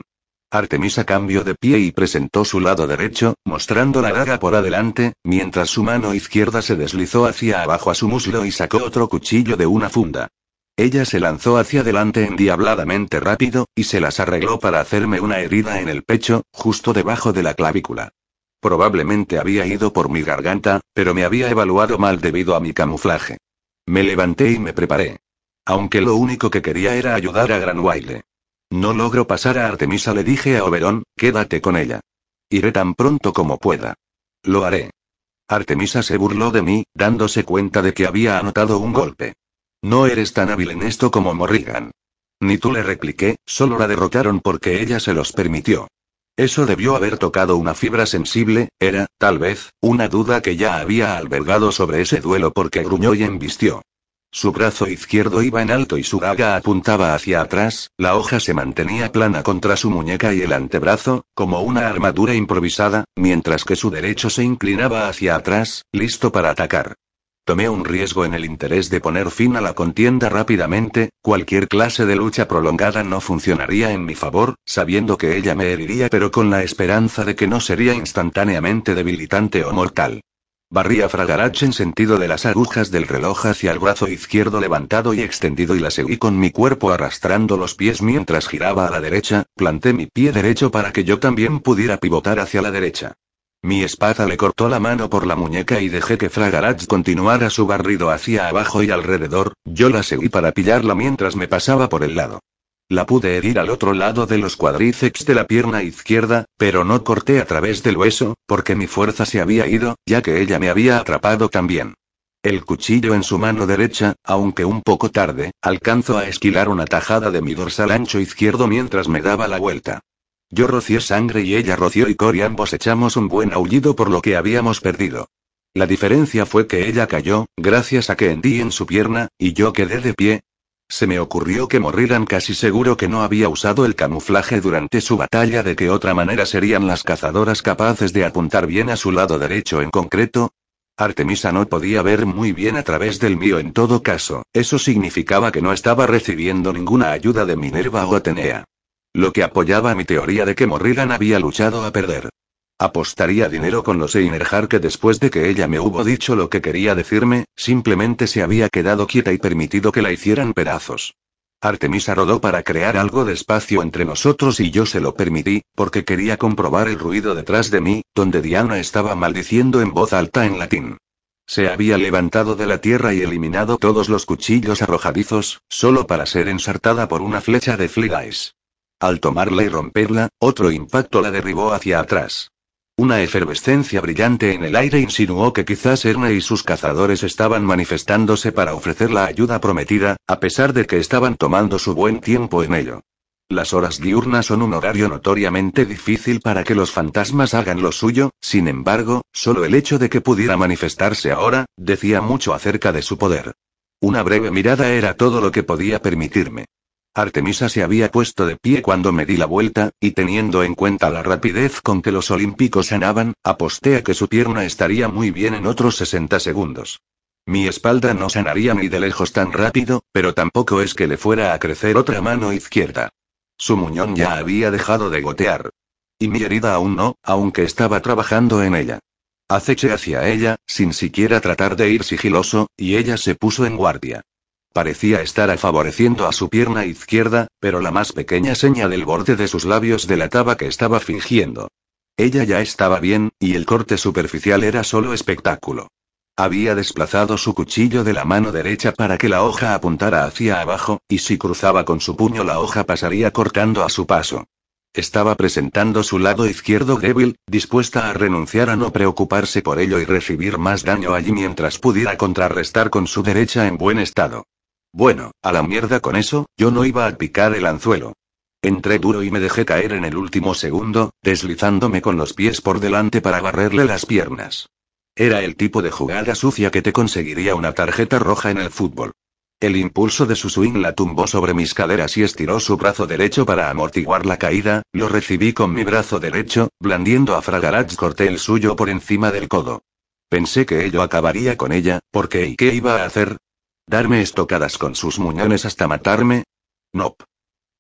Artemisa cambió de pie y presentó su lado derecho, mostrando la daga por adelante, mientras su mano izquierda se deslizó hacia abajo a su muslo y sacó otro cuchillo de una funda. Ella se lanzó hacia adelante endiabladamente rápido, y se las arregló para hacerme una herida en el pecho, justo debajo de la clavícula. Probablemente había ido por mi garganta, pero me había evaluado mal debido a mi camuflaje. Me levanté y me preparé. Aunque lo único que quería era ayudar a Granwyle. No logro pasar a Artemisa, le dije a Oberon, quédate con ella. Iré tan pronto como pueda. Lo haré. Artemisa se burló de mí, dándose cuenta de que había anotado un golpe. No eres tan hábil en esto como Morrigan. Ni tú, le repliqué, solo la derrotaron porque ella se los permitió. Eso debió haber tocado una fibra sensible, era, tal vez, una duda que ya había albergado sobre ese duelo porque gruñó y embistió. Su brazo izquierdo iba en alto y su daga apuntaba hacia atrás, la hoja se mantenía plana contra su muñeca y el antebrazo, como una armadura improvisada, mientras que su derecho se inclinaba hacia atrás, listo para atacar. Tomé un riesgo en el interés de poner fin a la contienda rápidamente, cualquier clase de lucha prolongada no funcionaría en mi favor, sabiendo que ella me heriría pero con la esperanza de que no sería instantáneamente debilitante o mortal. Barrí a Fragarach en sentido de las agujas del reloj hacia el brazo izquierdo levantado y extendido y la seguí con mi cuerpo arrastrando los pies mientras giraba a la derecha, planté mi pie derecho para que yo también pudiera pivotar hacia la derecha. Mi espada le cortó la mano por la muñeca y dejé que Fragarach continuara su barrido hacia abajo y alrededor, yo la seguí para pillarla mientras me pasaba por el lado. La pude herir al otro lado de los cuádriceps de la pierna izquierda, pero no corté a través del hueso, porque mi fuerza se había ido, ya que ella me había atrapado también. El cuchillo en su mano derecha, aunque un poco tarde, alcanzó a esquilar una tajada de mi dorsal ancho izquierdo mientras me daba la vuelta. Yo rocié sangre y ella roció licor y ambos echamos un buen aullido por lo que habíamos perdido. La diferencia fue que ella cayó, gracias a que hendí en su pierna, y yo quedé de pie. Se me ocurrió que Morrigan casi seguro que no había usado el camuflaje durante su batalla, de qué otra manera serían las cazadoras capaces de apuntar bien a su lado derecho en concreto. Artemisa no podía ver muy bien a través del mío en todo caso, eso significaba que no estaba recibiendo ninguna ayuda de Minerva o Atenea. Lo que apoyaba mi teoría de que Morrigan había luchado a perder. Apostaría dinero con los Einerjar que después de que ella me hubo dicho lo que quería decirme, simplemente se había quedado quieta y permitido que la hicieran pedazos. Artemisa rodó para crear algo de espacio entre nosotros y yo se lo permití, porque quería comprobar el ruido detrás de mí, donde Diana estaba maldiciendo en voz alta en latín. Se había levantado de la tierra y eliminado todos los cuchillos arrojadizos, solo para ser ensartada por una flecha de Flight. Al tomarla y romperla, otro impacto la derribó hacia atrás. Una efervescencia brillante en el aire insinuó que quizás Erne y sus cazadores estaban manifestándose para ofrecer la ayuda prometida, a pesar de que estaban tomando su buen tiempo en ello. Las horas diurnas son un horario notoriamente difícil para que los fantasmas hagan lo suyo, sin embargo, solo el hecho de que pudiera manifestarse ahora, decía mucho acerca de su poder. Una breve mirada era todo lo que podía permitirme. Artemisa se había puesto de pie cuando me di la vuelta, y teniendo en cuenta la rapidez con que los olímpicos sanaban, aposté a que su pierna estaría muy bien en otros sesenta segundos. Mi espalda no sanaría ni de lejos tan rápido, pero tampoco es que le fuera a crecer otra mano izquierda. Su muñón ya había dejado de gotear. Y mi herida aún no, aunque estaba trabajando en ella. Aceché hacia ella, sin siquiera tratar de ir sigiloso, y ella se puso en guardia. Parecía estar favoreciendo a su pierna izquierda, pero la más pequeña seña del borde de sus labios delataba que estaba fingiendo. Ella ya estaba bien, y el corte superficial era solo espectáculo. Había desplazado su cuchillo de la mano derecha para que la hoja apuntara hacia abajo, y si cruzaba con su puño la hoja pasaría cortando a su paso. Estaba presentando su lado izquierdo débil, dispuesta a renunciar a no preocuparse por ello y recibir más daño allí mientras pudiera contrarrestar con su derecha en buen estado. Bueno, a la mierda con eso, yo no iba a picar el anzuelo. Entré duro y me dejé caer en el último segundo, deslizándome con los pies por delante para barrerle las piernas. Era el tipo de jugada sucia que te conseguiría una tarjeta roja en el fútbol. El impulso de su swing la tumbó sobre mis caderas y estiró su brazo derecho para amortiguar la caída, lo recibí con mi brazo derecho, blandiendo a Fragarach corté el suyo por encima del codo. Pensé que ello acabaría con ella, porque ¿y qué iba a hacer? ¿Darme estocadas con sus muñones hasta matarme? Nope.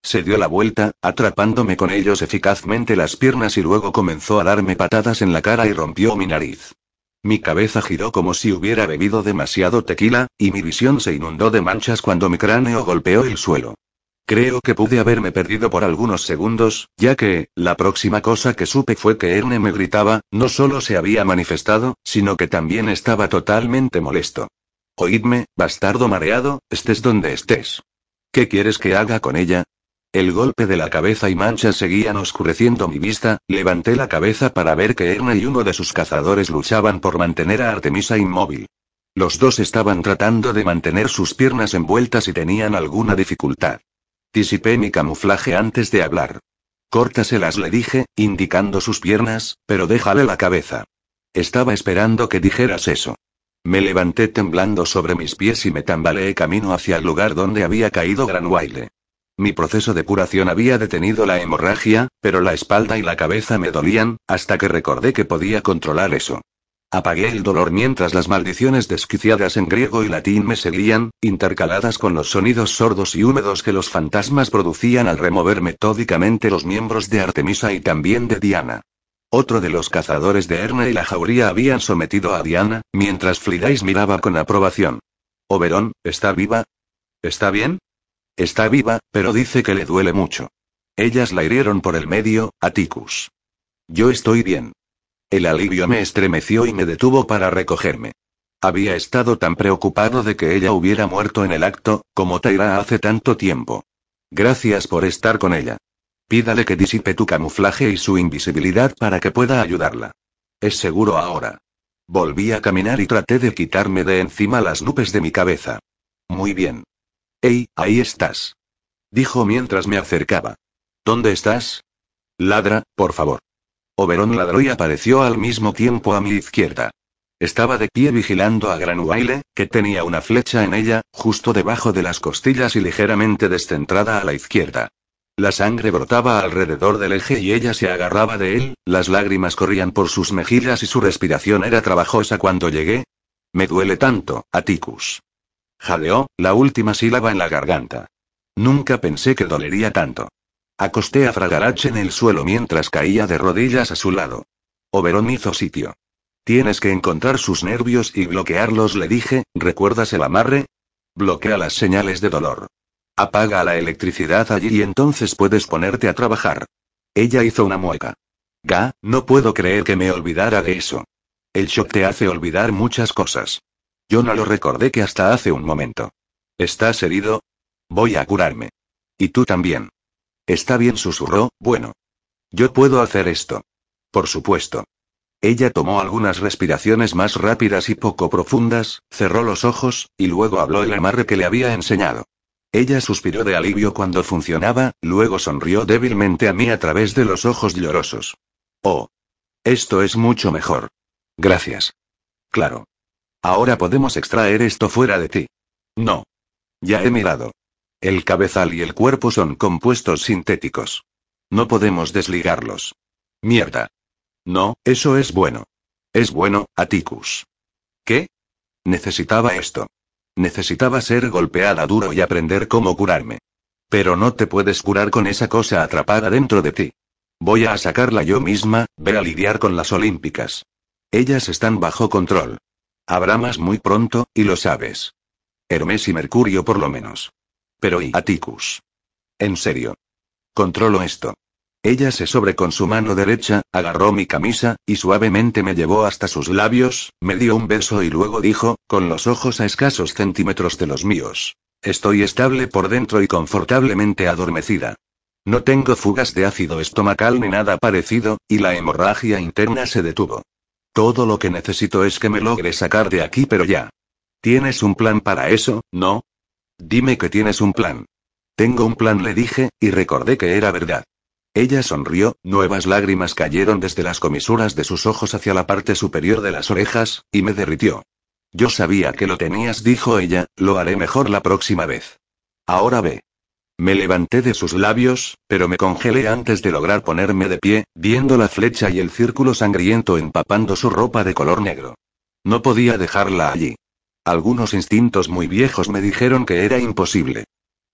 Se dio la vuelta, atrapándome con ellos eficazmente las piernas y luego comenzó a darme patadas en la cara y rompió mi nariz. Mi cabeza giró como si hubiera bebido demasiado tequila, y mi visión se inundó de manchas cuando mi cráneo golpeó el suelo. Creo que pude haberme perdido por algunos segundos, ya que, la próxima cosa que supe fue que Erne me gritaba, no solo se había manifestado, sino que también estaba totalmente molesto. Oídme, bastardo mareado, estés donde estés. ¿Qué quieres que haga con ella? El golpe de la cabeza y manchas seguían oscureciendo mi vista, levanté la cabeza para ver que Erne y uno de sus cazadores luchaban por mantener a Artemisa inmóvil. Los dos estaban tratando de mantener sus piernas envueltas y tenían alguna dificultad. Disipé mi camuflaje antes de hablar. Córtaselas, le dije, indicando sus piernas, pero déjale la cabeza. Estaba esperando que dijeras eso. Me levanté temblando sobre mis pies y me tambaleé camino hacia el lugar donde había caído Granwyle. Mi proceso de curación había detenido la hemorragia, pero la espalda y la cabeza me dolían, hasta que recordé que podía controlar eso. Apagué el dolor mientras las maldiciones desquiciadas en griego y latín me seguían, intercaladas con los sonidos sordos y húmedos que los fantasmas producían al remover metódicamente los miembros de Artemisa y también de Diana. Otro de los cazadores de Erne y la jauría habían sometido a Diana, mientras Flidais miraba con aprobación. «Oberón, ¿está viva? ¿Está bien?» «Está viva, pero dice que le duele mucho. Ellas la hirieron por el medio, Atticus. Yo estoy bien». El alivio me estremeció y me detuvo para recogerme. Había estado tan preocupado de que ella hubiera muerto en el acto, como Taira hace tanto tiempo. Gracias por estar con ella. Pídale que disipe tu camuflaje y su invisibilidad para que pueda ayudarla. Es seguro ahora. Volví a caminar y traté de quitarme de encima las nubes de mi cabeza. Muy bien. «Hey, ahí estás», dijo mientras me acercaba. «¿Dónde estás? Ladra, por favor». Oberón ladró y apareció al mismo tiempo a mi izquierda. Estaba de pie vigilando a Granwyle, que tenía una flecha en ella, justo debajo de las costillas y ligeramente descentrada a la izquierda. La sangre brotaba alrededor del eje y ella se agarraba de él, las lágrimas corrían por sus mejillas y su respiración era trabajosa cuando llegué. «Me duele tanto, Atticus». Jadeó, la última sílaba en la garganta. Nunca pensé que dolería tanto. Acosté a Fragarach en el suelo mientras caía de rodillas a su lado. Oberón hizo sitio. «Tienes que encontrar sus nervios y bloquearlos», le dije. «¿Recuerdas el amarre? Bloquea las señales de dolor. Apaga la electricidad allí y entonces puedes ponerte a trabajar». Ella hizo una mueca. «Ga, no puedo creer que me olvidara de eso. El shock te hace olvidar muchas cosas. Yo no lo recordé que hasta hace un momento. ¿Estás herido? Voy a curarme. Y tú también». «Está bien», susurró. «Bueno. Yo puedo hacer esto». «Por supuesto». Ella tomó algunas respiraciones más rápidas y poco profundas, cerró los ojos, y luego habló el amarre que le había enseñado. Ella suspiró de alivio cuando funcionaba, luego sonrió débilmente a mí a través de los ojos llorosos. «Oh. Esto es mucho mejor. Gracias». «Claro. Ahora podemos extraer esto fuera de ti». «No. Ya he mirado. El cabezal y el cuerpo son compuestos sintéticos. No podemos desligarlos». «Mierda». «No, eso es bueno. Es bueno, Atticus». «¿Qué?» «Necesitaba esto. Necesitaba ser golpeada duro y aprender cómo curarme. Pero no te puedes curar con esa cosa atrapada dentro de ti. Voy a sacarla yo misma, ve a lidiar con las olímpicas. Ellas están bajo control. Habrá más muy pronto, y lo sabes. Hermes y Mercurio por lo menos. Pero ¿y Atticus? En serio. Controlo esto». Ella se sobre con su mano derecha, agarró mi camisa, y suavemente me llevó hasta sus labios, me dio un beso y luego dijo, con los ojos a escasos centímetros de los míos: «Estoy estable por dentro y confortablemente adormecida. No tengo fugas de ácido estomacal ni nada parecido, y la hemorragia interna se detuvo. Todo lo que necesito es que me logre sacar de aquí, pero ya. ¿Tienes un plan para eso, no? Dime que tienes un plan». «Tengo un plan», le dije, y recordé que era verdad. Ella sonrió, nuevas lágrimas cayeron desde las comisuras de sus ojos hacia la parte superior de las orejas, y me derritió. «Yo sabía que lo tenías», dijo ella, «lo haré mejor la próxima vez. Ahora ve». Me levanté de sus labios, pero me congelé antes de lograr ponerme de pie, viendo la flecha y el círculo sangriento empapando su ropa de color negro. No podía dejarla allí. Algunos instintos muy viejos me dijeron que era imposible.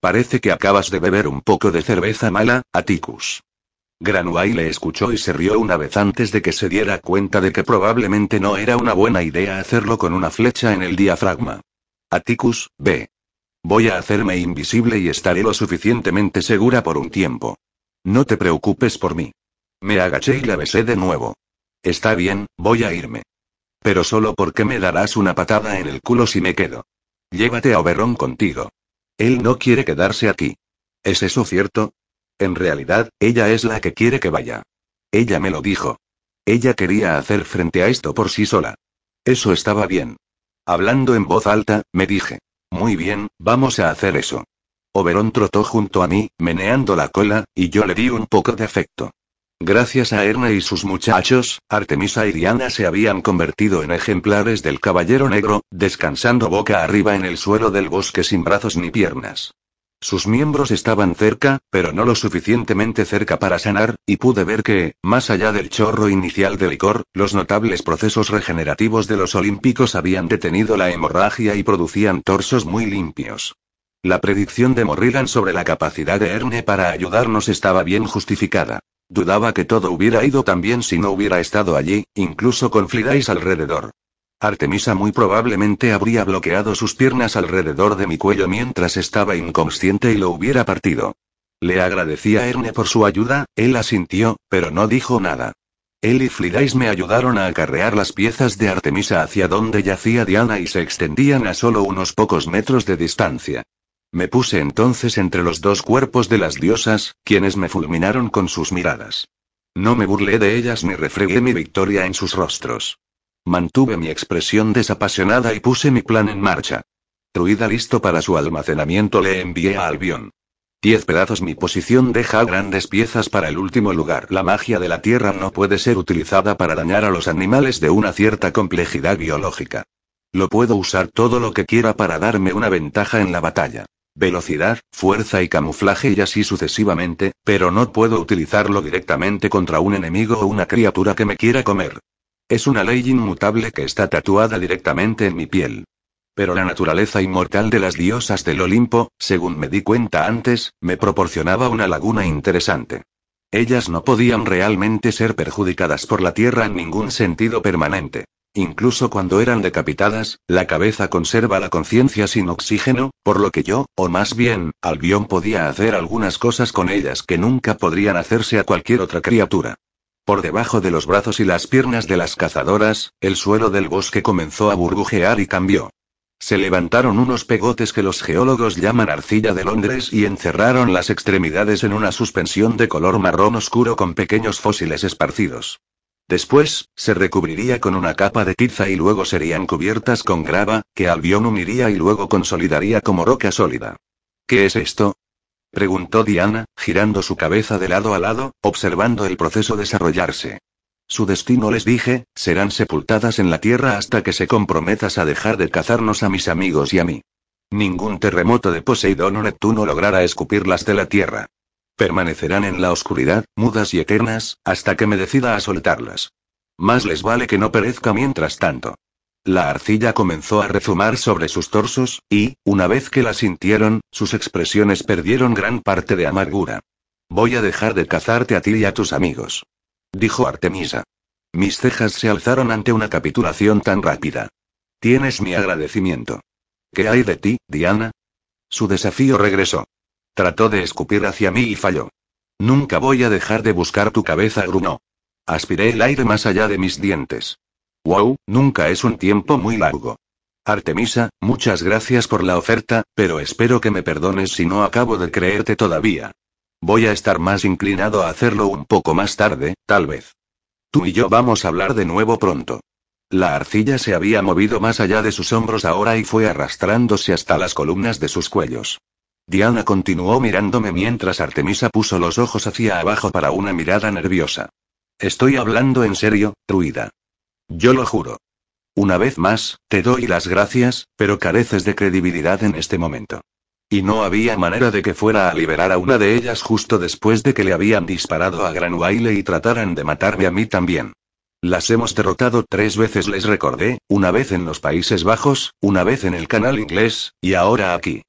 Parece que acabas de beber un poco de cerveza mala, Atticus. Granuaile le escuchó y se rió una vez antes de que se diera cuenta de que probablemente no era una buena idea hacerlo con una flecha en el diafragma. Atticus, ve. Voy a hacerme invisible y estaré lo suficientemente segura por un tiempo. No te preocupes por mí. Me agaché y la besé de nuevo. Está bien, voy a irme. Pero solo porque me darás una patada en el culo si me quedo. Llévate a Oberon contigo. Él no quiere quedarse aquí. ¿Es eso cierto? En realidad, ella es la que quiere que vaya. Ella me lo dijo. Ella quería hacer frente a esto por sí sola. Eso estaba bien. Hablando en voz alta, me dije. Muy bien, vamos a hacer eso. Oberon trotó junto a mí, meneando la cola, y yo le di un poco de afecto. Gracias a Erne y sus muchachos, Artemisa y Diana se habían convertido en ejemplares del Caballero Negro, descansando boca arriba en el suelo del bosque sin brazos ni piernas. Sus miembros estaban cerca, pero no lo suficientemente cerca para sanar, y pude ver que, más allá del chorro inicial de licor, los notables procesos regenerativos de los olímpicos habían detenido la hemorragia y producían torsos muy limpios. La predicción de Morrigan sobre la capacidad de Erne para ayudarnos estaba bien justificada. Dudaba que todo hubiera ido tan bien si no hubiera estado allí, incluso con Flidais alrededor. Artemisa muy probablemente habría bloqueado sus piernas alrededor de mi cuello mientras estaba inconsciente y lo hubiera partido. Le agradecí a Erne por su ayuda, él asintió, pero no dijo nada. Él y Flidais me ayudaron a acarrear las piezas de Artemisa hacia donde yacía Diana y se extendían a solo unos pocos metros de distancia. Me puse entonces entre los dos cuerpos de las diosas, quienes me fulminaron con sus miradas. No me burlé de ellas ni refregué mi victoria en sus rostros. Mantuve mi expresión desapasionada y puse mi plan en marcha. Truida listo para su almacenamiento le envié a Albion. Diez pedazos. Mi posición deja grandes piezas para el último lugar. La magia de la tierra no puede ser utilizada para dañar a los animales de una cierta complejidad biológica. Lo puedo usar todo lo que quiera para darme una ventaja en la batalla. Velocidad, fuerza y camuflaje y así sucesivamente, pero no puedo utilizarlo directamente contra un enemigo o una criatura que me quiera comer. Es una ley inmutable que está tatuada directamente en mi piel. Pero la naturaleza inmortal de las diosas del Olimpo, según me di cuenta antes, me proporcionaba una laguna interesante. Ellas no podían realmente ser perjudicadas por la tierra en ningún sentido permanente. Incluso cuando eran decapitadas, la cabeza conserva la conciencia sin oxígeno, por lo que yo, o más bien, Albion podía hacer algunas cosas con ellas que nunca podrían hacerse a cualquier otra criatura. Por debajo de los brazos y las piernas de las cazadoras, el suelo del bosque comenzó a burbujear y cambió. Se levantaron unos pegotes que los geólogos llaman arcilla de Londres y encerraron las extremidades en una suspensión de color marrón oscuro con pequeños fósiles esparcidos. Después, se recubriría con una capa de tiza y luego serían cubiertas con grava, que Albion uniría y luego consolidaría como roca sólida. ¿Qué es esto?, preguntó Diana, girando su cabeza de lado a lado, observando el proceso desarrollarse. Su destino, les dije, serán sepultadas en la tierra hasta que se comprometas a dejar de cazarnos a mis amigos y a mí. Ningún terremoto de Poseidón o Neptuno logrará escupirlas de la tierra. Permanecerán en la oscuridad, mudas y eternas, hasta que me decida a soltarlas. Más les vale que no perezca mientras tanto. La arcilla comenzó a rezumar sobre sus torsos, y, una vez que la sintieron, sus expresiones perdieron gran parte de amargura. Voy a dejar de cazarte a ti y a tus amigos, dijo Artemisa. Mis cejas se alzaron ante una capitulación tan rápida. Tienes mi agradecimiento. ¿Qué hay de ti, Diana? Su desafío regresó. Trató de escupir hacia mí y falló. Nunca voy a dejar de buscar tu cabeza, gruñó. Aspiré el aire más allá de mis dientes. Wow, nunca es un tiempo muy largo. Artemisa, muchas gracias por la oferta, pero espero que me perdones si no acabo de creerte todavía. Voy a estar más inclinado a hacerlo un poco más tarde, tal vez. Tú y yo vamos a hablar de nuevo pronto. La arcilla se había movido más allá de sus hombros ahora y fue arrastrándose hasta las columnas de sus cuellos. Diana continuó mirándome mientras Artemisa puso los ojos hacia abajo para una mirada nerviosa. Estoy hablando en serio, druida. Yo lo juro. Una vez más, te doy las gracias, pero careces de credibilidad en este momento. Y no había manera de que fuera a liberar a una de ellas justo después de que le habían disparado a Granuaile y trataran de matarme a mí también. Las hemos derrotado tres veces, les recordé, una vez en los Países Bajos, una vez en el Canal Inglés, y ahora aquí.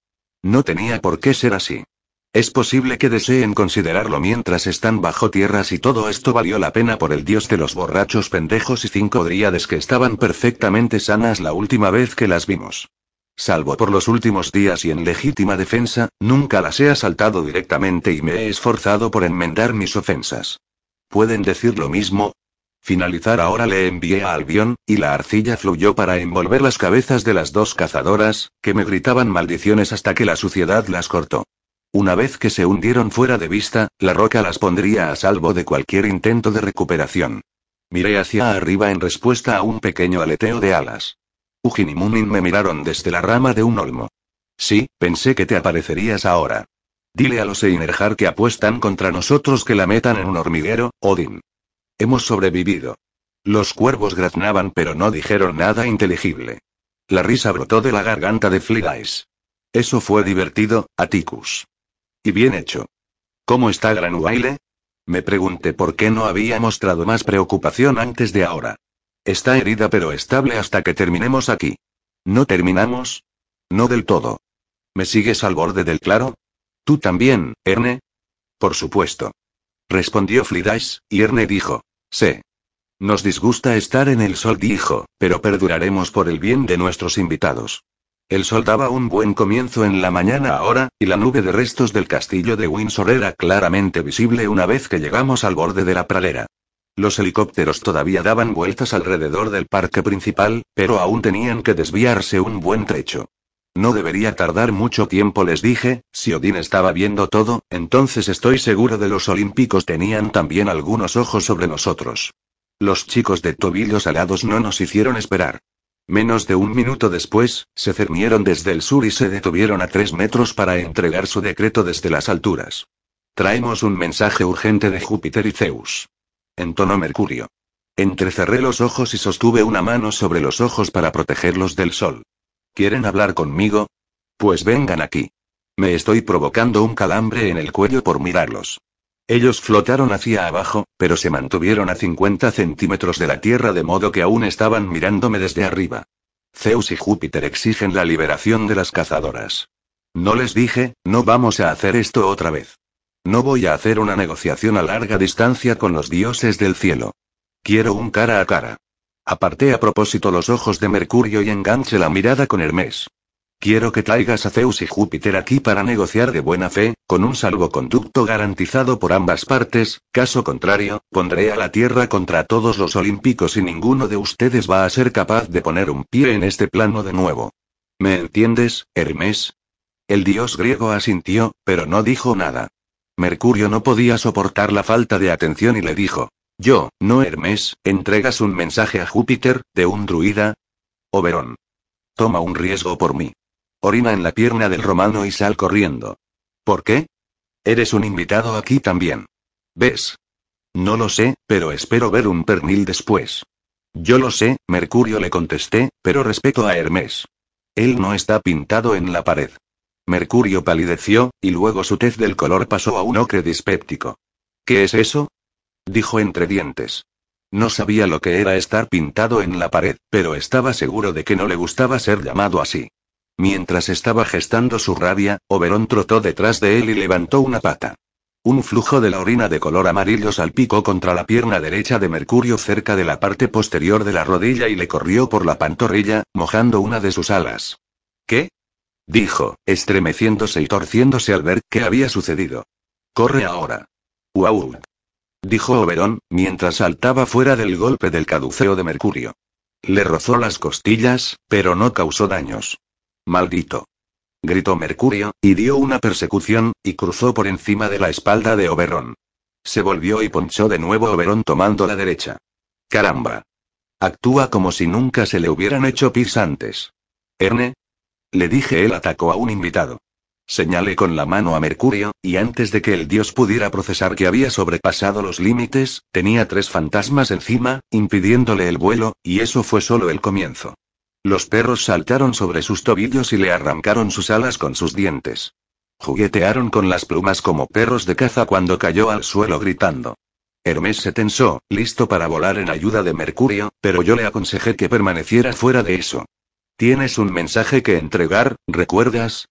No tenía por qué ser así. Es posible que deseen considerarlo mientras están bajo tierra si todo esto valió la pena por el dios de los borrachos pendejos y cinco dríades que estaban perfectamente sanas la última vez que las vimos. Salvo por los últimos días y en legítima defensa, nunca las he asaltado directamente y me he esforzado por enmendar mis ofensas. ¿Pueden decir lo mismo? Finalizar ahora le envié a Albión, y la arcilla fluyó para envolver las cabezas de las dos cazadoras, que me gritaban maldiciones hasta que la suciedad las cortó. Una vez que se hundieron fuera de vista, la roca las pondría a salvo de cualquier intento de recuperación. Miré hacia arriba en respuesta a un pequeño aleteo de alas. Ujin y Munin me miraron desde la rama de un olmo. Sí, pensé que te aparecerías ahora. Dile a los Einerjar que apuestan contra nosotros que la metan en un hormiguero, Odin. Hemos sobrevivido. Los cuervos graznaban pero no dijeron nada inteligible. La risa brotó de la garganta de Flirais. Eso fue divertido, Atticus. Y bien hecho. ¿Cómo está Granuaile? Me pregunté por qué no había mostrado más preocupación antes de ahora. Está herida pero estable hasta que terminemos aquí. ¿No terminamos? No del todo. ¿Me sigues al borde del claro? ¿Tú también, Erne? Por supuesto. Respondió Flirais, y Erne dijo. Sé. Nos disgusta estar en el sol, dijo, pero perduraremos por el bien de nuestros invitados. El sol daba un buen comienzo en la mañana ahora, y la nube de restos del castillo de Windsor era claramente visible una vez que llegamos al borde de la pradera. Los helicópteros todavía daban vueltas alrededor del parque principal, pero aún tenían que desviarse un buen trecho. No debería tardar mucho tiempo, les dije. Si Odín estaba viendo todo, entonces estoy seguro de los olímpicos tenían también algunos ojos sobre nosotros. Los chicos de tobillos alados no nos hicieron esperar. Menos de un minuto después, se cernieron desde el sur y se detuvieron a tres metros para entregar su decreto desde las alturas. Traemos un mensaje urgente de Júpiter y Zeus. Entonó Mercurio. Entrecerré los ojos y sostuve una mano sobre los ojos para protegerlos del sol. ¿Quieren hablar conmigo? Pues vengan aquí. Me estoy provocando un calambre en el cuello por mirarlos. Ellos flotaron hacia abajo, pero se mantuvieron a cincuenta centímetros de la tierra de modo que aún estaban mirándome desde arriba. Zeus y Júpiter exigen la liberación de las cazadoras. No les dije, no vamos a hacer esto otra vez. No voy a hacer una negociación a larga distancia con los dioses del cielo. Quiero un cara a cara. Aparté a propósito los ojos de Mercurio y enganché la mirada con Hermes. Quiero que traigas a Zeus y Júpiter aquí para negociar de buena fe, con un salvoconducto garantizado por ambas partes, caso contrario, pondré a la tierra contra todos los olímpicos y ninguno de ustedes va a ser capaz de poner un pie en este plano de nuevo. ¿Me entiendes, Hermes? El dios griego asintió, pero no dijo nada. Mercurio no podía soportar la falta de atención y le dijo. Yo, no Hermes, ¿entregas un mensaje a Júpiter, de un druida? Oberón. Toma un riesgo por mí. Orina en la pierna del romano y sal corriendo. ¿Por qué? Eres un invitado aquí también. ¿Ves? No lo sé, pero espero ver un pernil después. Yo lo sé, Mercurio le contesté, pero respeto a Hermes. Él no está pintado en la pared. Mercurio palideció, y luego su tez del color pasó a un ocre dispéptico. ¿Qué es eso? Dijo entre dientes. No sabía lo que era estar pintado en la pared, pero estaba seguro de que no le gustaba ser llamado así. Mientras estaba gestando su rabia, Oberón trotó detrás de él y levantó una pata. Un flujo de la orina de color amarillo salpicó contra la pierna derecha de Mercurio cerca de la parte posterior de la rodilla y le corrió por la pantorrilla, mojando una de sus alas. ¿Qué? Dijo, estremeciéndose y torciéndose al ver qué había sucedido. Corre ahora. ¡Uau! Dijo Oberón, mientras saltaba fuera del golpe del caduceo de Mercurio. Le rozó las costillas, pero no causó daños. Maldito. Gritó Mercurio, y dio una persecución, y cruzó por encima de la espalda de Oberón. Se volvió y ponchó de nuevo Oberón tomando la derecha. Caramba. Actúa como si nunca se le hubieran hecho pis antes. Erne. Le dije, él atacó a un invitado. Señalé con la mano a Mercurio, y antes de que el dios pudiera procesar que había sobrepasado los límites, tenía tres fantasmas encima, impidiéndole el vuelo, y eso fue solo el comienzo. Los perros saltaron sobre sus tobillos y le arrancaron sus alas con sus dientes. Juguetearon con las plumas como perros de caza cuando cayó al suelo gritando. Hermes se tensó, listo para volar en ayuda de Mercurio, pero yo le aconsejé que permaneciera fuera de eso. ¿Tienes un mensaje que entregar, recuerdas?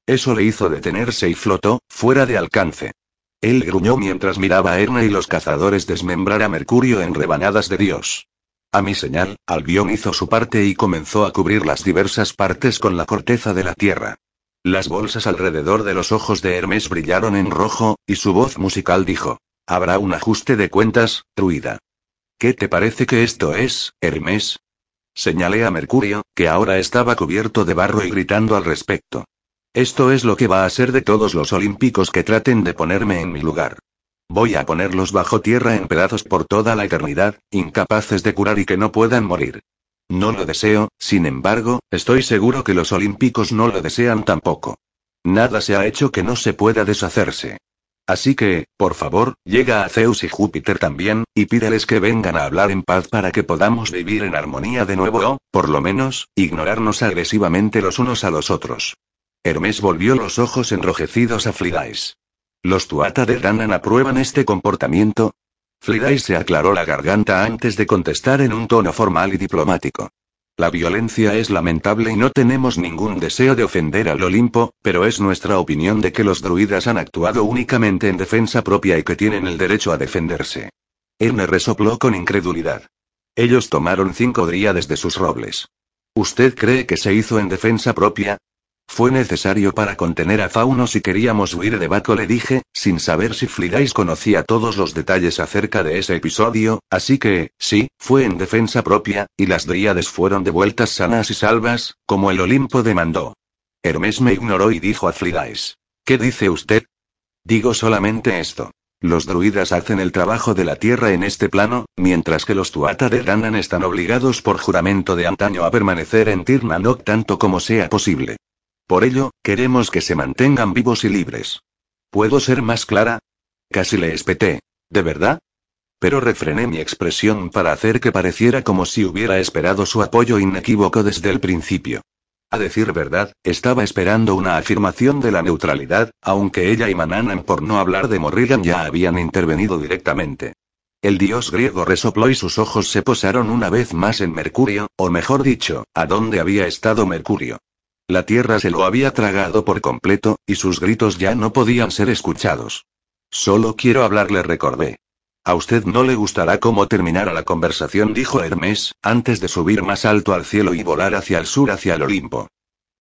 Eso le hizo detenerse y flotó, fuera de alcance. Él gruñó mientras miraba a Erne y los cazadores desmembrar a Mercurio en rebanadas de Dios. A mi señal, Albión hizo su parte y comenzó a cubrir las diversas partes con la corteza de la tierra. Las bolsas alrededor de los ojos de Hermes brillaron en rojo, y su voz musical dijo: «Habrá un ajuste de cuentas, druida». «¿Qué te parece que esto es, Hermes?». Señalé a Mercurio, que ahora estaba cubierto de barro y gritando al respecto. «Esto es lo que va a ser de todos los olímpicos que traten de ponerme en mi lugar. Voy a ponerlos bajo tierra en pedazos por toda la eternidad, incapaces de curar y que no puedan morir. No lo deseo, sin embargo, estoy seguro que los olímpicos no lo desean tampoco. Nada se ha hecho que no se pueda deshacerse. Así que, por favor, llega a Zeus y Júpiter también, y pídeles que vengan a hablar en paz para que podamos vivir en armonía de nuevo o, por lo menos, ignorarnos agresivamente los unos a los otros». Hermes volvió los ojos enrojecidos a Flidais. ¿Los Tuatha de Danann aprueban este comportamiento? Flidais se aclaró la garganta antes de contestar en un tono formal y diplomático. La violencia es lamentable y no tenemos ningún deseo de ofender al Olimpo, pero es nuestra opinión de que los druidas han actuado únicamente en defensa propia y que tienen el derecho a defenderse. Erne resopló con incredulidad. Ellos tomaron cinco dríades de sus robles. ¿Usted cree que se hizo en defensa propia? Fue necesario para contener a Fauno si queríamos huir de Baco, le dije, sin saber si Flidais conocía todos los detalles acerca de ese episodio, así que, sí, fue en defensa propia, y las dríades fueron devueltas sanas y salvas, como el Olimpo demandó. Hermes me ignoró y dijo a Flidais: «¿Qué dice usted?». «Digo solamente esto. Los druidas hacen el trabajo de la tierra en este plano, mientras que los Tuatha de Danann están obligados por juramento de antaño a permanecer en Tir Na Nog tanto como sea posible. Por ello, queremos que se mantengan vivos y libres. ¿Puedo ser más clara?». Casi le espeté. ¿De verdad? Pero refrené mi expresión para hacer que pareciera como si hubiera esperado su apoyo inequívoco desde el principio. A decir verdad, estaba esperando una afirmación de la neutralidad, aunque ella y Manannan, por no hablar de Morrigan, ya habían intervenido directamente. El dios griego resopló y sus ojos se posaron una vez más en Mercurio, o mejor dicho, ¿a dónde había estado Mercurio? La tierra se lo había tragado por completo, y sus gritos ya no podían ser escuchados. «Solo quiero hablar», le recordé. «A usted no le gustará cómo terminara la conversación», dijo Hermes, antes de subir más alto al cielo y volar hacia el sur hacia el Olimpo.